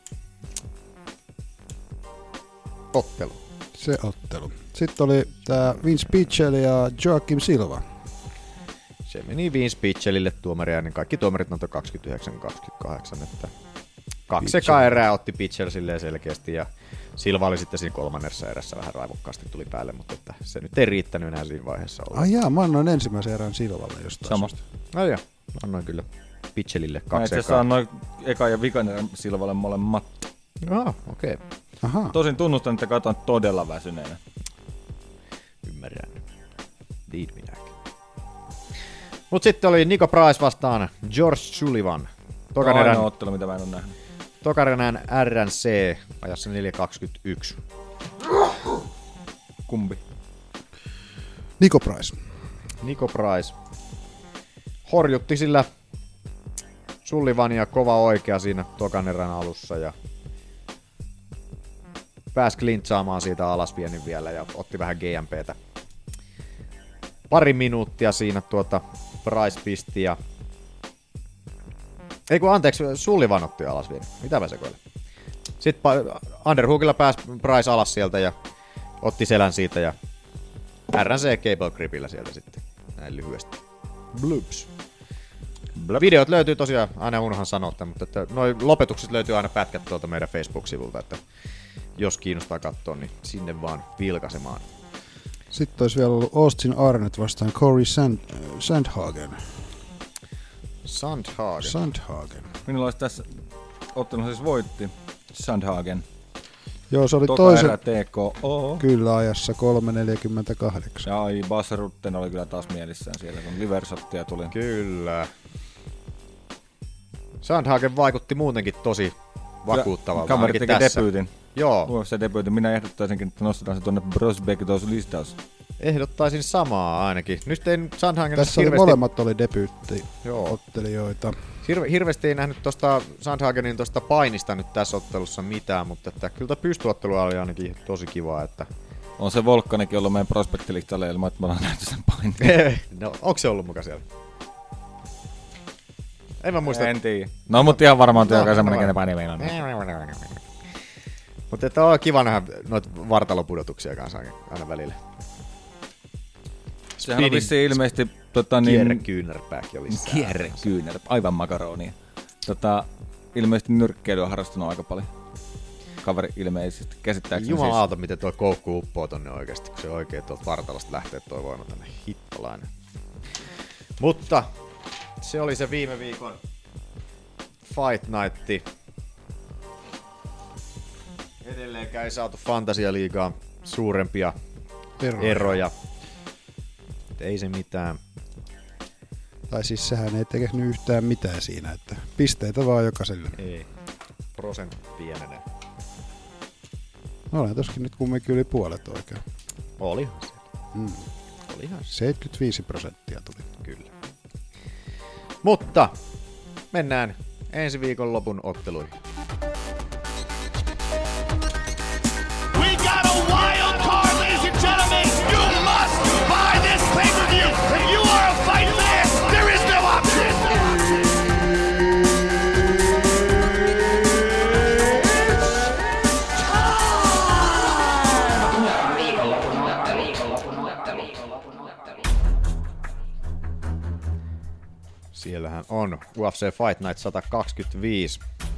ottelu. Se ottelu. Sitten oli tää Vince Pichel ja Joakim Silva. Se meni Vince Pichelille tuomaria, niin kaikki tuomarit antoi kaksikymmentäyhdeksän kaksikymmentäkahdeksan, että kaksi ekaa erää otti Pitcher silleen selkeästi ja Silva oli sitten siinä kolmannessa erässä vähän raivokkaasti tuli päälle, mutta että se nyt ei riittänyt enää siinä vaiheessa olla. Ai jaa, mä annoin ensimmäisen erän Silvalle jostain. Samasta. Ai jaa, annoin kyllä Pitcherille kaksi ekaa. Mä itse asiassa annoin eka ja vikan erän Silvalle molemmat. Ah, okei. Okay. Tosin tunnustan, että katon todella väsyneenä. Ymmärrän. Niin minäkin. Mut sitten oli Nico Price vastaan George Sullivan. Tokan erän ottelu, mitä mä en ole nähnyt. Tokan erän R N C ajassa neljä kaksikymmentäyksi. Kumpi? Nico Price. Nico Price. Horjutti sillä Sullivania kova oikea siinä tokan erän alussa ja pääsi klintsaamaan siitä alas viennin vielä ja otti vähän G M P:tä. Pari minuuttia siinä tuota Price pisti ja... Ei kun anteeksi, Sullivan otti alas viennin. Mitä mä sekoilen? Sitten underhookilla pääsi Price alas sieltä ja otti selän siitä ja R N C Cable Gripillä sieltä sitten. Näin lyhyesti. Bloops. Blop. Videot löytyy tosiaan, aina unohan sanoa tämän, mutta että noi lopetukset löytyy aina pätkät tuolta meidän Facebook-sivulta, että jos kiinnostaa katsoa, niin sinne vaan vilkaisemaan. Sitten olisi vielä ollut Austin Arnett vastaan Corey Sand, äh, Sandhagen. Sandhagen. Sandhagen. Minulla olisi tässä ottelussa siis voitti Sandhagen. Joo, se oli Toka toisen... erä T K O. Kyllä, ajassa kolme neljäkymmentäkahdeksan. Ja ai, Bas Rutten oli kyllä taas mielissään siellä, kun liversottia tuli. Kyllä. Sandhagen vaikutti muutenkin tosi vakuuttavalta. Kaverit teki debyytin. Joo. U F C-debyytin. Minä ehdottaisinkin, että nostetaan se tuonne Prospectos-listaus. Ehdottaisin samaa ainakin. Nyt ei Sandhagen tässä hirveästi... oli molemmat oli debyytti-ottelijoita. Hirve, hirveästi ei nähnyt tuosta Sandhagenin tuosta painista nyt tässä ottelussa mitään, mutta että kyllä tämä pystyottelua oli ainakin tosi kivaa. Että... On se Volkkanikin ollut meidän prospektilistalla ilman, että me ollaan nähty sen painin. No, onko se ollut muka siellä? En mä muista. En tiedä. No, mutta ihan varmaan tuo joka semmoinen, kenen paini meinaa. Mutta että on kiva nähdä noita vartalopudotuksia kanssa aina välillä. Sehän on vissiin ilmeisesti... Tota, niin, kierrekyynärpääkin oli lisää. Kierrekyynär, aivan makaronia. Tota, ilmeisesti nyrkkeilyä on harrastunut aika paljon. kaveri ilmeisesti käsittääkseni. Jumalauta, siis... miten tuo koukku uppoo tonne oikeesti, kun se oikein tuolta vartalosta lähtee tuo voima tänne. Hittolainen. Mutta se oli se viime viikon Fight Night. Edelleenkään ei saatu Fantasialiigaan suurempia eroja. eroja. Ei se mitään. Tai siis sehän ei tehnyt yhtään mitään siinä, että pisteitä vaan jokaiselle. Ei. Prosentti pienenee. No olen toskin nyt kumminkin yli puolet oikein. Olihan se. Mm. Olihan se. seitsemänkymmentäviisi prosenttia tuli. Kyllä. Mutta mennään ensi viikon lopun otteluihin. We got a wild card, ladies and gentlemen. You must buy this pay-per-view. If you are a fight fan, there is no option. Siellähän on U F C Fight Night sata kaksikymmentäviisi.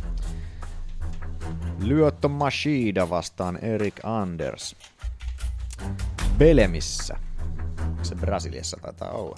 Lyoto Machida vastaan Erik Anders. Belemissä. Se Brasiliassa taitaa olla.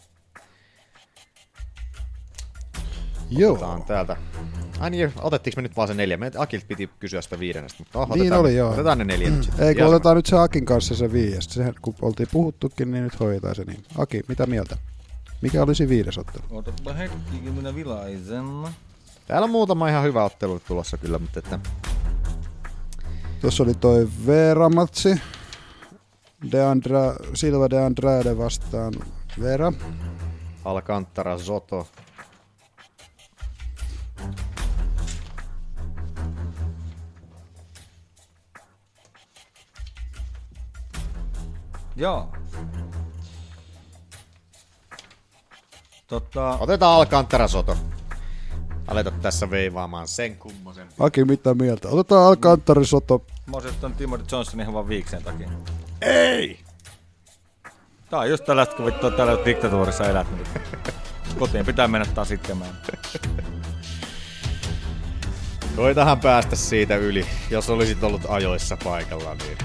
Joo. Otetaan täältä. Ai niin, otettiinko me nyt vaan se neljä? Me Akilta piti kysyä sitä viidennestä, mutta otetaan, niin oli, joo. Otetaan ne neljä nyt sitten. Ei, kun otetaan nyt se Akin kanssa se viides. Sehän, kun oltiin puhuttukin, niin nyt hoidetaan se niin. Aki, mitä mieltä? Mikä olisi viides ottelu? Otapa hetkikin, minä vilaisen. Täällä on muutama ihan hyvä ottelu tulossa kyllä, mutta että... Tuossa oli toi Vera-matsi. Deandra, Silva de Andrade vastaan Vera. Alcantara Soto. Joo. Totta... Otetaan Alcantara Soto. Aleta tässä veivaamaan sen kummosen. Aki, mitä mieltä? Otetaan Alcantara Soto. Mä olisin ottanut Timothy Johnson ihan vaan viikseen takia. Ei! Tää on just tällaista, kun vittu on täällä diktatuurissa elänyt. Kotiin pitää mennä taas itkemään. Koitahan päästä siitä yli, jos olisit ollut ajoissa paikalla, niin...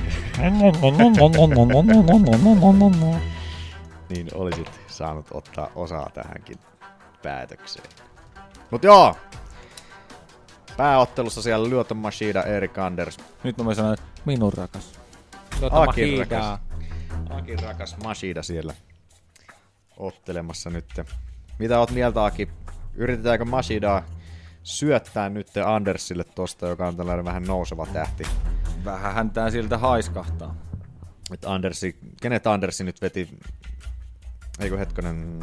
niin olisit saanut ottaa osaa tähänkin päätökseen. Mut joo! Pääottelussa siellä Lyoto Machida, Erik Anders. Nyt mä voin sanoa, että minun rakas. Akin rakas. Akin rakas Machida siellä ottelemassa nyt. Mitä oot mieltä, Aki? Yritetäänkö Machidaa syöttää nyt Andersille tosta, joka on tällainen vähän nouseva tähti? Vähähän tää siltä haiskahtaa. Et Andersi, kenet Andersi nyt veti? Eikö hetkonen?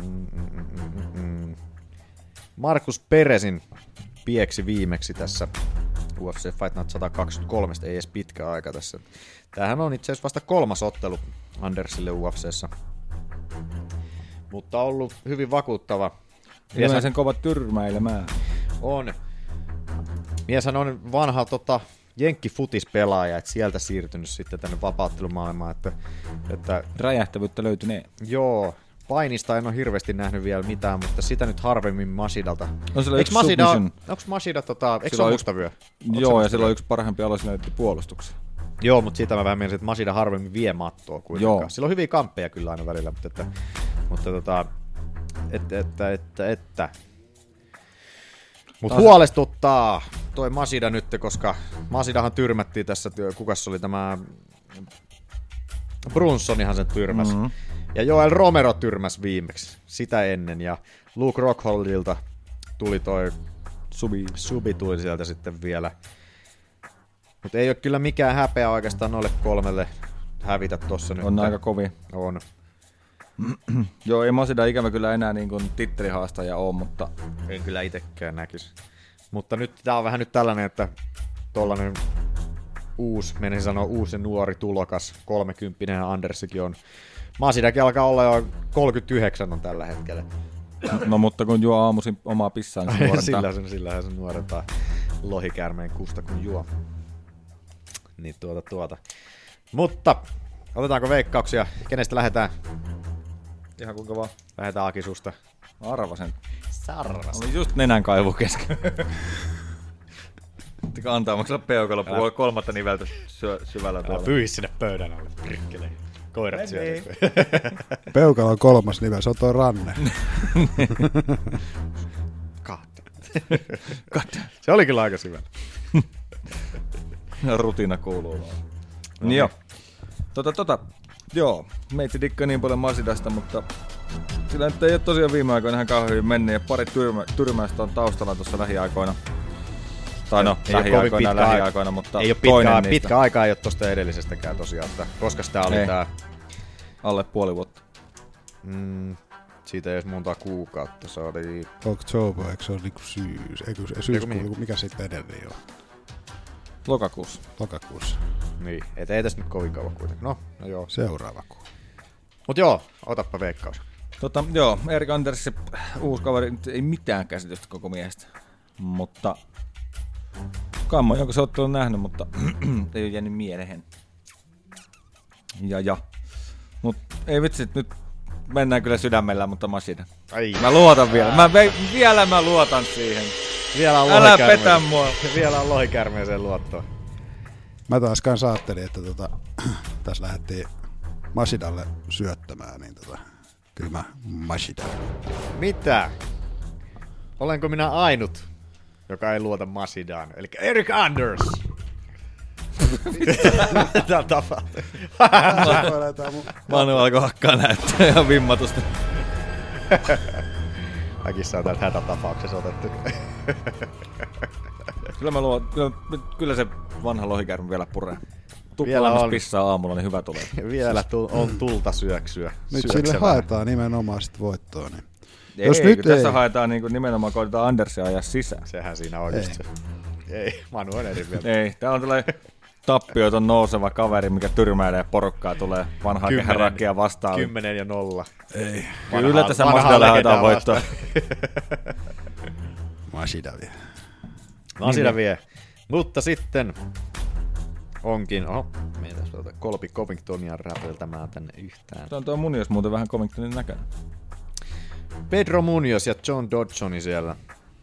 Markus Peresin pieksi viimeksi tässä U F C Fight Night sata kaksikymmentäkolme, ei edes pitkä aika tässä. Tämähän on itse asiassa vasta kolmas ottelu Andersille U F C:ssä. Mutta on ollut hyvin vakuuttava. Mieshän kova tyrmäilemään. On. Mieshän on vanha tota, jenkkifutispelaaja, että sieltä siirtynyt sitten tänne vapauttelumaailmaan. Että, että, räjähtävyyttä löytynee. Joo. Painista en ole hirveästi nähnyt vielä mitään, mutta sitä nyt harvemmin Machidalta. On sillä yksi Machida, onko Machida, tota, eikö se ole mustavyö? Joo, ja sillä on yksi parhempi aloisinäytti puolustuksia. Joo, mutta siitä mä vähän mielisin, että Machida harvemmin vie mattoa kuitenkaan. Sillä on hyviä kamppeja kyllä aina välillä, mutta että... Mutta tota... Että, että, että, että... Mut Taas... huolestuttaa toi Machida nyt, koska Machidahan tyrmättiin tässä, kukas oli tämä... Brunsonihan sen tyrmäs. Mm-hmm. Ja Joel Romero tyrmäs viimeksi, sitä ennen. Ja Luke Rockholdilta tuli toi Subi, Subi tuli sieltä sitten vielä. Mutta ei ole kyllä mikään häpeä oikeastaan noille kolmelle hävitä tossa nyt. On aika kovin. On. Joo, ei Machida ikävä kyllä enää niin kuin tittelihaastaja ole, mutta... En kyllä itekään näkisi. Mutta nyt tää on vähän nyt tällainen, että tollanen uusi, menisin sanoa uusi ja nuori tulokas, kolmekymppinen Andersikin on. Machidakin alkaa olla jo kolmekymmentäyhdeksän on tällä hetkellä. No mutta kun juo aamuisin omaa pissaan, niin nuorentaa. Sillä sen, sillähän se nuorentaa lohikäärmeen kusta kun juo. Niin tuota tuota. Mutta otetaanko veikkauksia? Kenestä lähdetään? Ihan kuinka vaan. Lähdetään Akisusta. Arvasen. Sä arvasit. Oli just nenän kaivu kesken. Ottiko antaamaksella peukalla puhua kolmatta niveltä syö, syvällä tuolla? Pyyhi sinne pöydän alle, prikkele. Koirat syö. Peukalla on kolmas nivel, se on toi ranne. Kahta. Se oli kyllä aika syvä. Rutiina kuuluu vaan. No niin joo. Tota, tota, joo. Meitsi dikkaa niin paljon Mazidasta, mutta sillä nyt ei ole tosiaan viime aikoina ihan kauhean hyvin mennyt ja pari tyrmä, tyrmäistä on taustalla tuossa lähiaikoina. Tai no, ei lähiaikoina ja lähiaikoina, mutta ei ole pitkä, pitkä aika ei ole tosta edellisestäkään tosiaan, että koska sitä oli ei. Tää... Alle puoli vuotta. Mm, siitä ei edes monta kuukautta, se oli... October, eikö se ole niinku syys... Eikö se syyskuu, mikä sitten edelleen on? Lokakuussa. Lokakuussa. Niin, et ei tässä nyt kovin kauan kuitenkin. No, no joo. Seuraava kuu. Mut joo, otappa veikkaus. Tota, joo, Erik Anders, uusi kaveri, ei mitään käsitystä koko miehestä. Mutta... Kammo, jonka se ottelu on nähnyt, mutta ei ole jäänyt mieleen. Ja ja. Mut ei vitsi, nyt mennään kyllä sydämellä, mutta Machida. Ai. Mä luotan vielä. Mä ve, vielä mä luotan siihen. Vielä on älä petä mua. Vielä on lohikärmeeseen luottoa. Mä taas kans ajattelin, että tota, tässä lähdettiin Machidalle syöttämään, niin tota, kyllä mä Machida. Mitä? Olenko minä ainut, joka ei luota Machidaan? Eli Erik Anders! Mitä tapahtuu? Manu alkoi hakkaa näyttää ihan vimmatusta. Mäkin saa tämän hätätapauksessa otettu. Kyllä mä luon, kyllä, kyllä se vanha lohikärmi vielä puree. Tuplaamassa pissaa aamulla, niin hyvä tulee. Vielä on tulta syöksyä. Nyt sille haetaan nimenomaan sit voittoa. Niin. Ei, Jos nyt tässä ei. haetaan niin nimenomaan, koitetaan Andersia ajaa sisään. Sehän siinä on just se. Ei, Manu on eri mieltä. Ei, tää on tällainen tappioton nouseva kaveri, mikä tyrmäilee porukkaa, tulee vanhaa kehärakia vastaan. Kymmenen ja nolla. Ei. Kyllä tässä Machidalle haetaan voittoa. Machida vie. Machida vie. Mutta sitten onkin, oho, meidän tässä tuota Colby Covingtonia räpeltämään tänne yhtään. Se on tuo Munoz muuten vähän Covingtonin näköinen. Pedro Munoz ja John Doddsoni siellä.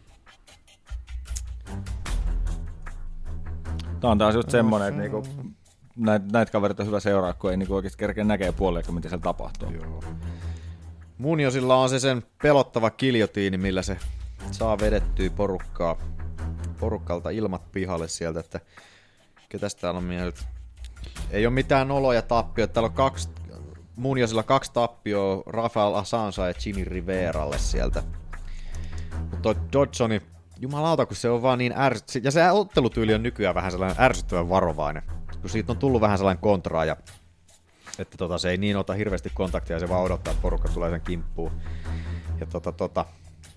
Tää on taas just semmonen, että niinku, näitä näit kaverit on hyvä seuraa, kun ei niinku oikeesti kerkeä näkee puolelle, mitä siellä tapahtuu. Joo. Munozilla on se sen pelottava kiljotiini, millä se saa vedettyä porukkaa, porukkalta ilmat pihalle sieltä, että ketäs täällä on mieltä. Ei ole mitään oloja tappioita, täällä on kaksi, Munozilla kaksi tappioa Rafael Asansa ja Jimmy Riveralle sieltä. Mutta toi Doddsoni, jumalauta, kun se on vaan niin ärsyttävä. Ja se ottelutyyli on nykyään vähän sellainen ärsyttävän varovainen. Kun siitä on tullut vähän sellainen kontra ja että tota, se ei niin ota hirveästi kontaktia ja se vaan odottaa, että porukka tulee sen kimppuun. Ja tota tota...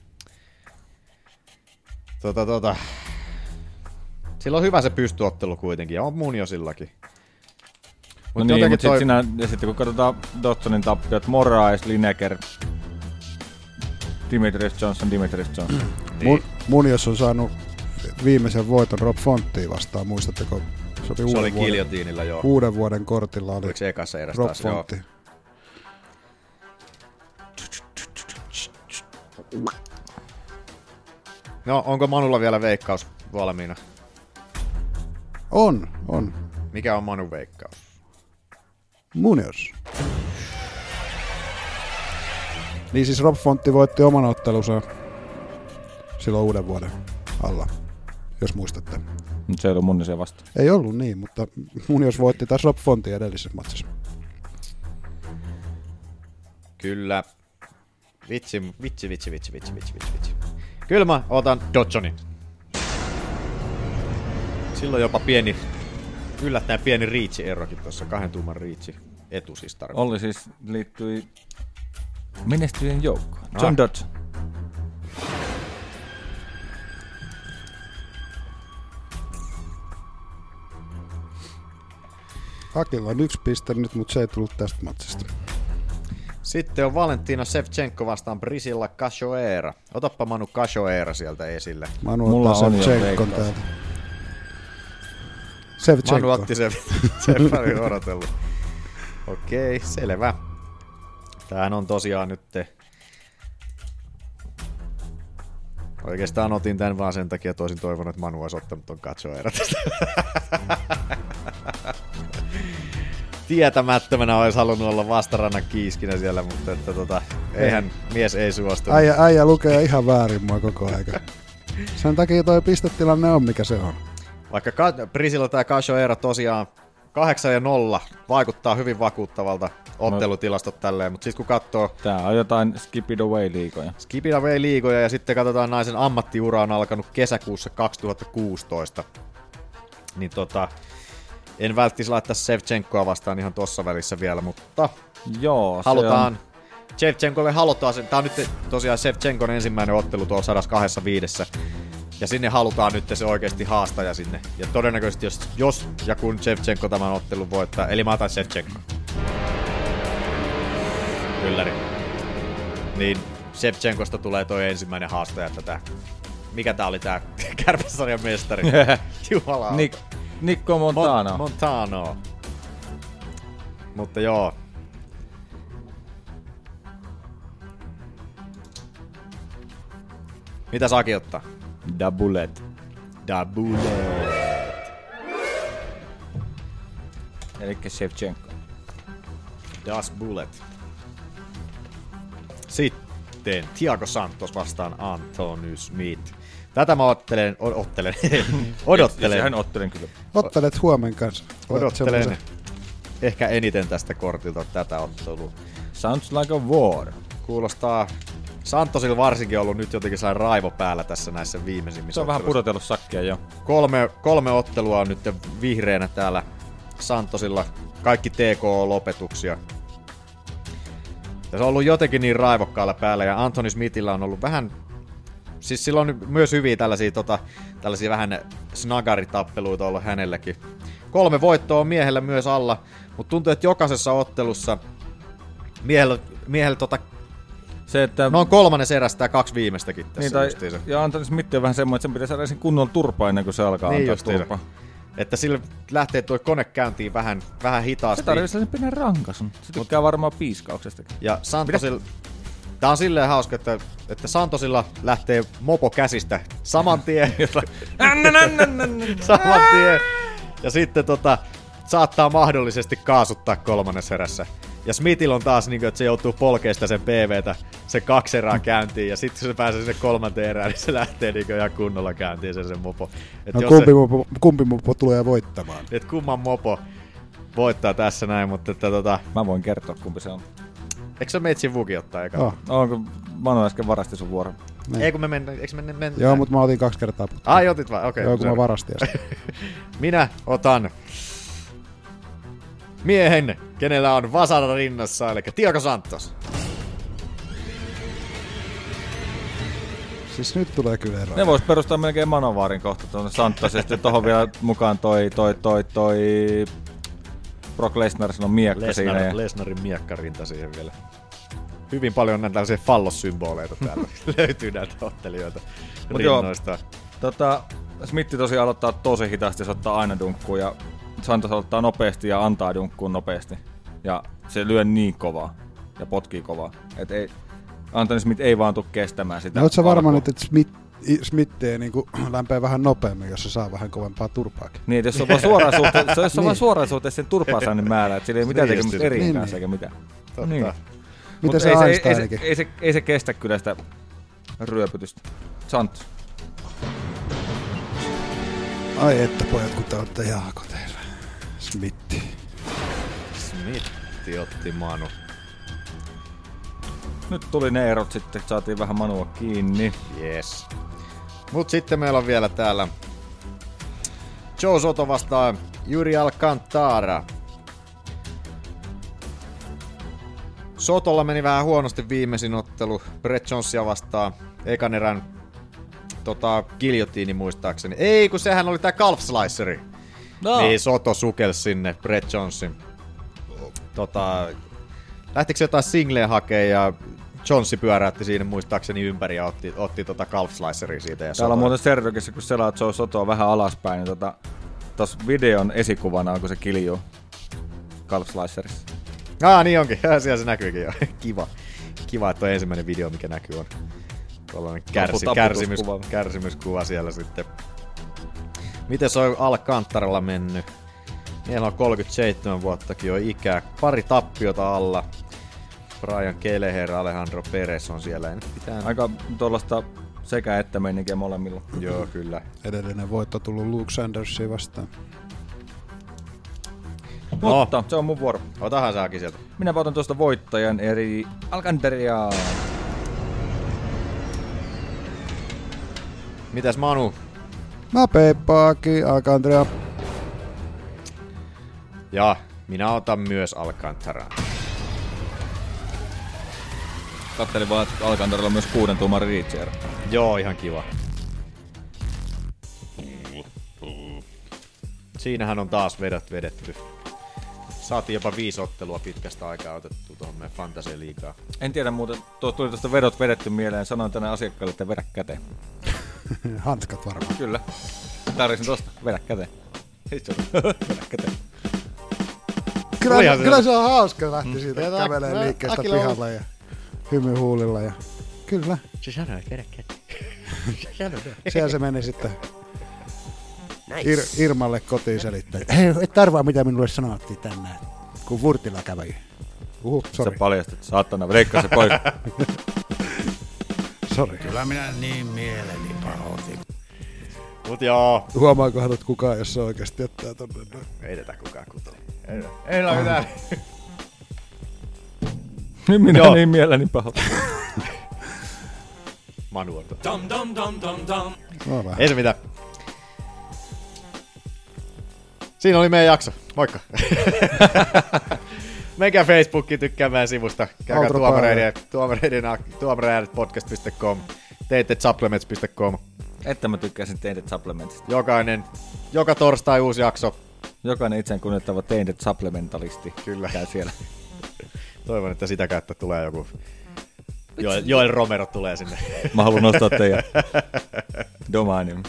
Tota tota... Sillä on hyvä se pystyottelu kuitenkin ja on Muniozillakin. No niin, mutta toi... sinä, ja sitten kun katsotaan Doddsonin tappiot, Moraes, Lineker, Demetrius Johnson, Demetrius Johnson. niin. Munoz on saanut viimeisen voiton Rob Fonttia vastaan, muistatteko? Se oli, se oli kiljotiinilla, joo. Uuden vuoden kortilla oli se ekassa eräs Rob taas, Fontti. Joo. No, onko Manulla vielä veikkaus valmiina? On, on. Mikä on Manun veikkaus? Munoz. Niin siis Rob Fontti voitti oman ottelunsa silloin uuden vuoden alla, jos muistatte. Mutta se ei ollut Munozia vastaan. Ei ollut niin, mutta Munoz voitti taas Rob Fontin edellisessä matsissa. Kyllä. Vitsi, vitsi, vitsi, vitsi, vitsi, vitsi, vitsi. Kyllä mä otan Doddsonin. Silloin jopa pieni, yllättäen pieni reach-erokin tuossa, kahden tuuman reach etu siis tarkoittaa. Olli siis liittyi menestyjien joukkoon. John ah. Dodson. Akilla on yksi piste nyt, mutta se ei tullut tästä matsista. Sitten on Valentina Shevchenko vastaan Priscilla Cachoeira. Otappa Manu Cachoeira sieltä esille. Manu ottaa Shevchenkon täältä. Shevchenko. Manu otti sen, sen paljon odotellut. Okei, selvä. Tämähän on tosiaan nyt... Oikeastaan otin tän vaan sen takia, että olisin toivonut, että Manu olisi ottanut ton Cachoeira tästä. Tietämättömänä olisi halunnut olla vastarannan kiiskinä siellä, mutta että tota, eihän mies ei suostu. Äijä, äijä lukee ihan väärin mua koko aika. Sen takia toi pistetilanne on mikä se on. Vaikka Prisilla tai Cachoeira tosiaan kahdeksan ja nolla vaikuttaa hyvin vakuuttavalta ottelutilastot no. tälleen, mutta sitten kun katsoo... Tää on jotain Skip It Away-liigoja. Skip It Away-liigoja ja sitten katsotaan naisen ammattiura on alkanut kesäkuussa kaksituhattakuusitoista. Niin tota... En välttis laittaa Shevchenkoa vastaan ihan tossa välissä vielä, mutta... Joo, halutaan... On... Shevchenkolle halutaan sen. Tää on nyt tosiaan Shevchenkon ensimmäinen ottelu tuolla sata kaksikymmentäviisi. Ja sinne halutaan nyt se oikeasti haastaja sinne. Ja todennäköisesti jos, jos ja kun Shevchenko tämän ottelun voittaa, eli mä otan Shevchenko. Ylläri. Niin Shevchenkosta tulee toi ensimmäinen haastaja tätä. Mikä tää oli tää Kärpäsarjan mestari? Jumalauta. Nick, Nico Montano. Mon- Montano. Mutta joo. Mitä Saki ottaa? Da Bullet. Da Bullet. Elikkä Shevchenko. Das Bullet. Sitten Thiago Santos vastaan Anthony Smith. Tätä mä ottelen, o- ottelen, odottelen. Hän ottelen kyllä. Ottelet huomen kanssa. Odottelen semmoisen. Ehkä eniten tästä kortilta tätä ottelua. Sounds like a war. Kuulostaa... Santosilla varsinkin ollut nyt jotenkin sai raivo päällä tässä näissä viimeisimmissä. Se on vähän pudotellut sakkia jo. Kolme, kolme ottelua on nyt vihreänä täällä Santosilla. Kaikki T K O-lopetuksia. Ja se on ollut jotenkin niin raivokkaalla päällä ja Anthony Smithillä on ollut vähän... Siis sillä on myös hyviä tällaisia, tota, tällaisia vähän snagaritappeluita ollut hänelläkin. Kolme voittoa on miehellä myös alla, mutta tuntuu, että jokaisessa ottelussa miehellä, miehellä tota, se, että... no on kolmannes erästä ja kaksi viimeistäkin tässä niin, tai, justiinsa. Ja Anthony Smith on vähän semmoinen, että sen pitäisi saada ensin kunnolla turpaa ennen kuin se alkaa niin antaa turpaa. Että sillä lähtee tuo kone käyntiin vähän, vähän hitaasti. Se tarvitsee sellaisen pienen rankasun. Se tykkää Mut, varmaan piiskauksestakin. Ja Santosilla... Tää on silleen hauska, että, että Santosilla lähtee mopo käsistä saman tien. saman tien. Ja sitten tota, saattaa mahdollisesti kaasuttaa kolmannes erässä. Ja Smithillä on taas niin kuin, että se joutuu polkeista sen P V:tä, se kaksi erää käyntiin, ja sitten kun se pääsee sinne kolmanteen erään, niin se lähtee niin ihan kunnolla käyntiin sen, sen mopo. Et no kumpi, se, mopo, kumpi mopo tulee voittamaan? Et kumman mopo voittaa tässä näin, mutta että tota... Mä voin kertoa kumpi se on. Eikö se meitsin vuki ottaa eka? Oh. Onko Manu äsken varasti sun vuoron? Niin. Ei kun me mennään, eikö mennä? Men... Joo, mutta mä otin kaksi kertaa putkeen. Ai otit vai? Okei. Okay, joo, kun mä varastin äsken. Minä otan miehen, kenellä on vasara rinnassa, eli Thiago Santos. Siis nyt tulee kyllä eroja. Ne vois perustaa melkein Manovaarin kohta tuonne Santos, ja sitten tohon vielä mukaan toi, toi, toi, toi Brock Lesnar, on miekka Lesnar, siinä. Ja... Lesnarin miekkarinta siihen vielä. Hyvin paljon näitä tällaisia fallossymboleita täällä löytyy näitä ottelijoita rinnoista. Tota, Smith tosiaan aloittaa tosi hitaasti, se ottaa aina dunkkuun, ja Santos aloittaa nopeasti ja antaa dunkkuun nopeasti. Ja se lyö niin kovaa ja potkii kovaa, että ei, Anthony Smith ei vaan tule kestämään sitä. No, ootko sä varma nyt, että Smith, Smith ei niin lämpää vähän nopeammin, jos se saa vähän kovempaa turpaakin? Niin, jos on vaan suoraan suhteessa, jos on niin. vaan suoraan suhteessa sen turpaasaannin määrä, että sillä ei mitään niin tekemistä eri niin, kanssa eikä mitään. Totta. Niin. Miten se ei, ei, ei, ei, se, ei se kestä kyllä sitä ryöpytystä. Santos. Ai että pojat, kun te olette Jaako teillä. Smitti. Smitti otti Manu. Nyt tuli ne erot sitten, saatiin vähän Manua kiinni. Yes. Mut sitten meillä on vielä täällä Joe Soto vastaan Yuri Alcantara. Sotolla meni vähän huonosti viimeisin ottelu Brett Jonesia vastaan. Ekan erän tota, giljotiini muistaakseni. Ei, kun sehän oli tää Calf Sliceri. No. Niin Soto sukelsi sinne Brett Jonesin. Tota, lähtikö se jotain singleä hakee ja Jonesi pyöräytti siinä muistaakseni ympäri ja otti, otti tota Calf Sliceria siitä. Ja täällä on muuten Serdokissa, kun selaat Joe Sotoa vähän alaspäin, niin tota, tossa videon esikuvana on, kun se kiljuu Calf Slicerissa. Ah, niin onkin. Siellä se näkyykin jo. Kiva. Kiva, että tuo ensimmäinen video, mikä näkyy, on, Tuollainen kärsi, kärsimys, kärsimyskuva siellä sitten. Miten se on Alcantaralla mennyt? Meillä on kolmekymmentäseitsemän vuottakin jo ikää. Pari tappiota alla. Brian Kelleher, Alejandro Perez on siellä. En pitää... Aika tuollaista sekä että meininkiä molemmilla. Joo, kyllä. Edellinen voitto tullut Luke Sandersia vastaan. Mutta se on mun vuoro. Otahan saakin sieltä. Minä otan tuosta voittajan eri Alcantaria. Mitäs Manu? Mä peippaakin Alcantaria. Ja minä otan myös Alcantaraa. Kattelin vaan, että Alcantarilla on myös kuuden tuumarin reacher. Joo, ihan kiva. Siinähän on taas vedot vedetty. Saatiin jopa viisi ottelua pitkästä aikaa otettu tuohon meidän Fantasy-liigaan. En tiedä muuten, tuosta tuli tuosta vedot vedetty mieleen. Sanoin tänne asiakkaalle, että vedä käteen. Hanskat varmaan. Kyllä. Tarvisin tosta, vedä käteen. Vedä käteen. Kyllä, kyllä se on hauska lähti siitä, että kävelee no, liikkeestä pihalla ja hymy huulilla. Ja... Kyllä. Se sanoi, että vedä käteen. Siellä se meni sitten Ir- Irmalle kotiin selittää. Hei, et arvaa mitä minulle sanottiin tänään, kun Vurtila kävi. Uhu, sori. Sä paljastit, saatana, veikkaa se pois. Sori. Kyllä minä niin mieleni pahoitin. Mut joo. Huomaakohan, että kukaan, jos se oikeesti jättää tonne noin. Ei tätä kukaan kutoa. Ei, ei ole mitään. Nyt minä joo. Niin mieleni pahoitin. Manu on dum, dum, dum, dum, dum. No, ei se mitään. Siinä oli meidän jakso. Moikka. Menkää Facebookiin tykkäämään sivusta. Käykää tuomareiden podcast piste com, tainted supplements piste com. Että mä tykkäsin Tainted Supplementsista. Jokainen, joka torstai uusi jakso. Jokainen itseään kunnioittava Tainted Supplementalisti. Kyllä. Käy siellä. Toivon, että sitä kautta tulee joku... Joel, Joel Romero tulee sinne. Mä haluan nostaa teidän domainin.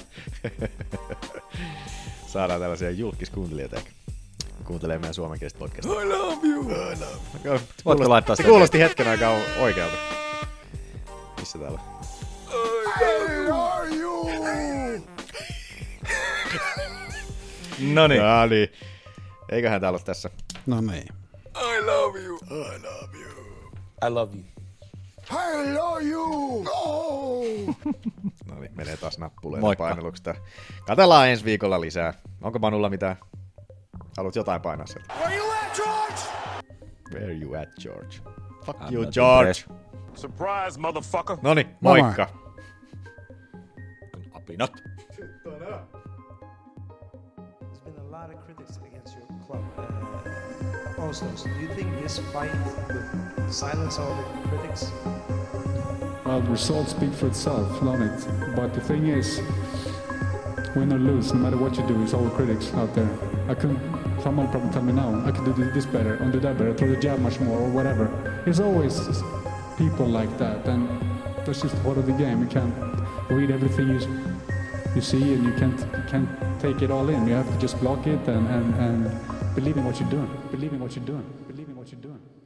Saadaan tällaisia julkiskuuntelijoita ehkä. Kuuntelee meidän suomenkielistä podcastia. I love you! I love you! Voitko laittaa se kuulosti hetken aikaa oikealta. Missä täällä? Where are you? Noniin. Noniin. Eiköhän täällä ole tässä. No niin. I love you. I love you. I love you. I love you. No! No niin, menee taas nappuleita painelluksesta. Katsellaan ensi viikolla lisää. Onko Manulla mitään? Haluat jotain painaa sieltä? Where you at, George? Where you at, George? Fuck I'm you, George. Surprise, motherfucker. Noniin, moikka. Apinat. There's been a lot of critics against your club. Uh, also, so do you think this fight would silence all the critics? Well, the results speak for itself, don't it? But the thing is, win or lose, no matter what you do, it's all critics out there. I couldn't, someone will probably tell me now, I could do this better, or do that better, throw the jab much more, or whatever. There's always people like that, and that's just part of the game. You can't read everything you you see, and you can't you can't take it all in. You have to just block it and, and, and believe in what you're doing. Believe in what you're doing. Believe in what you're doing.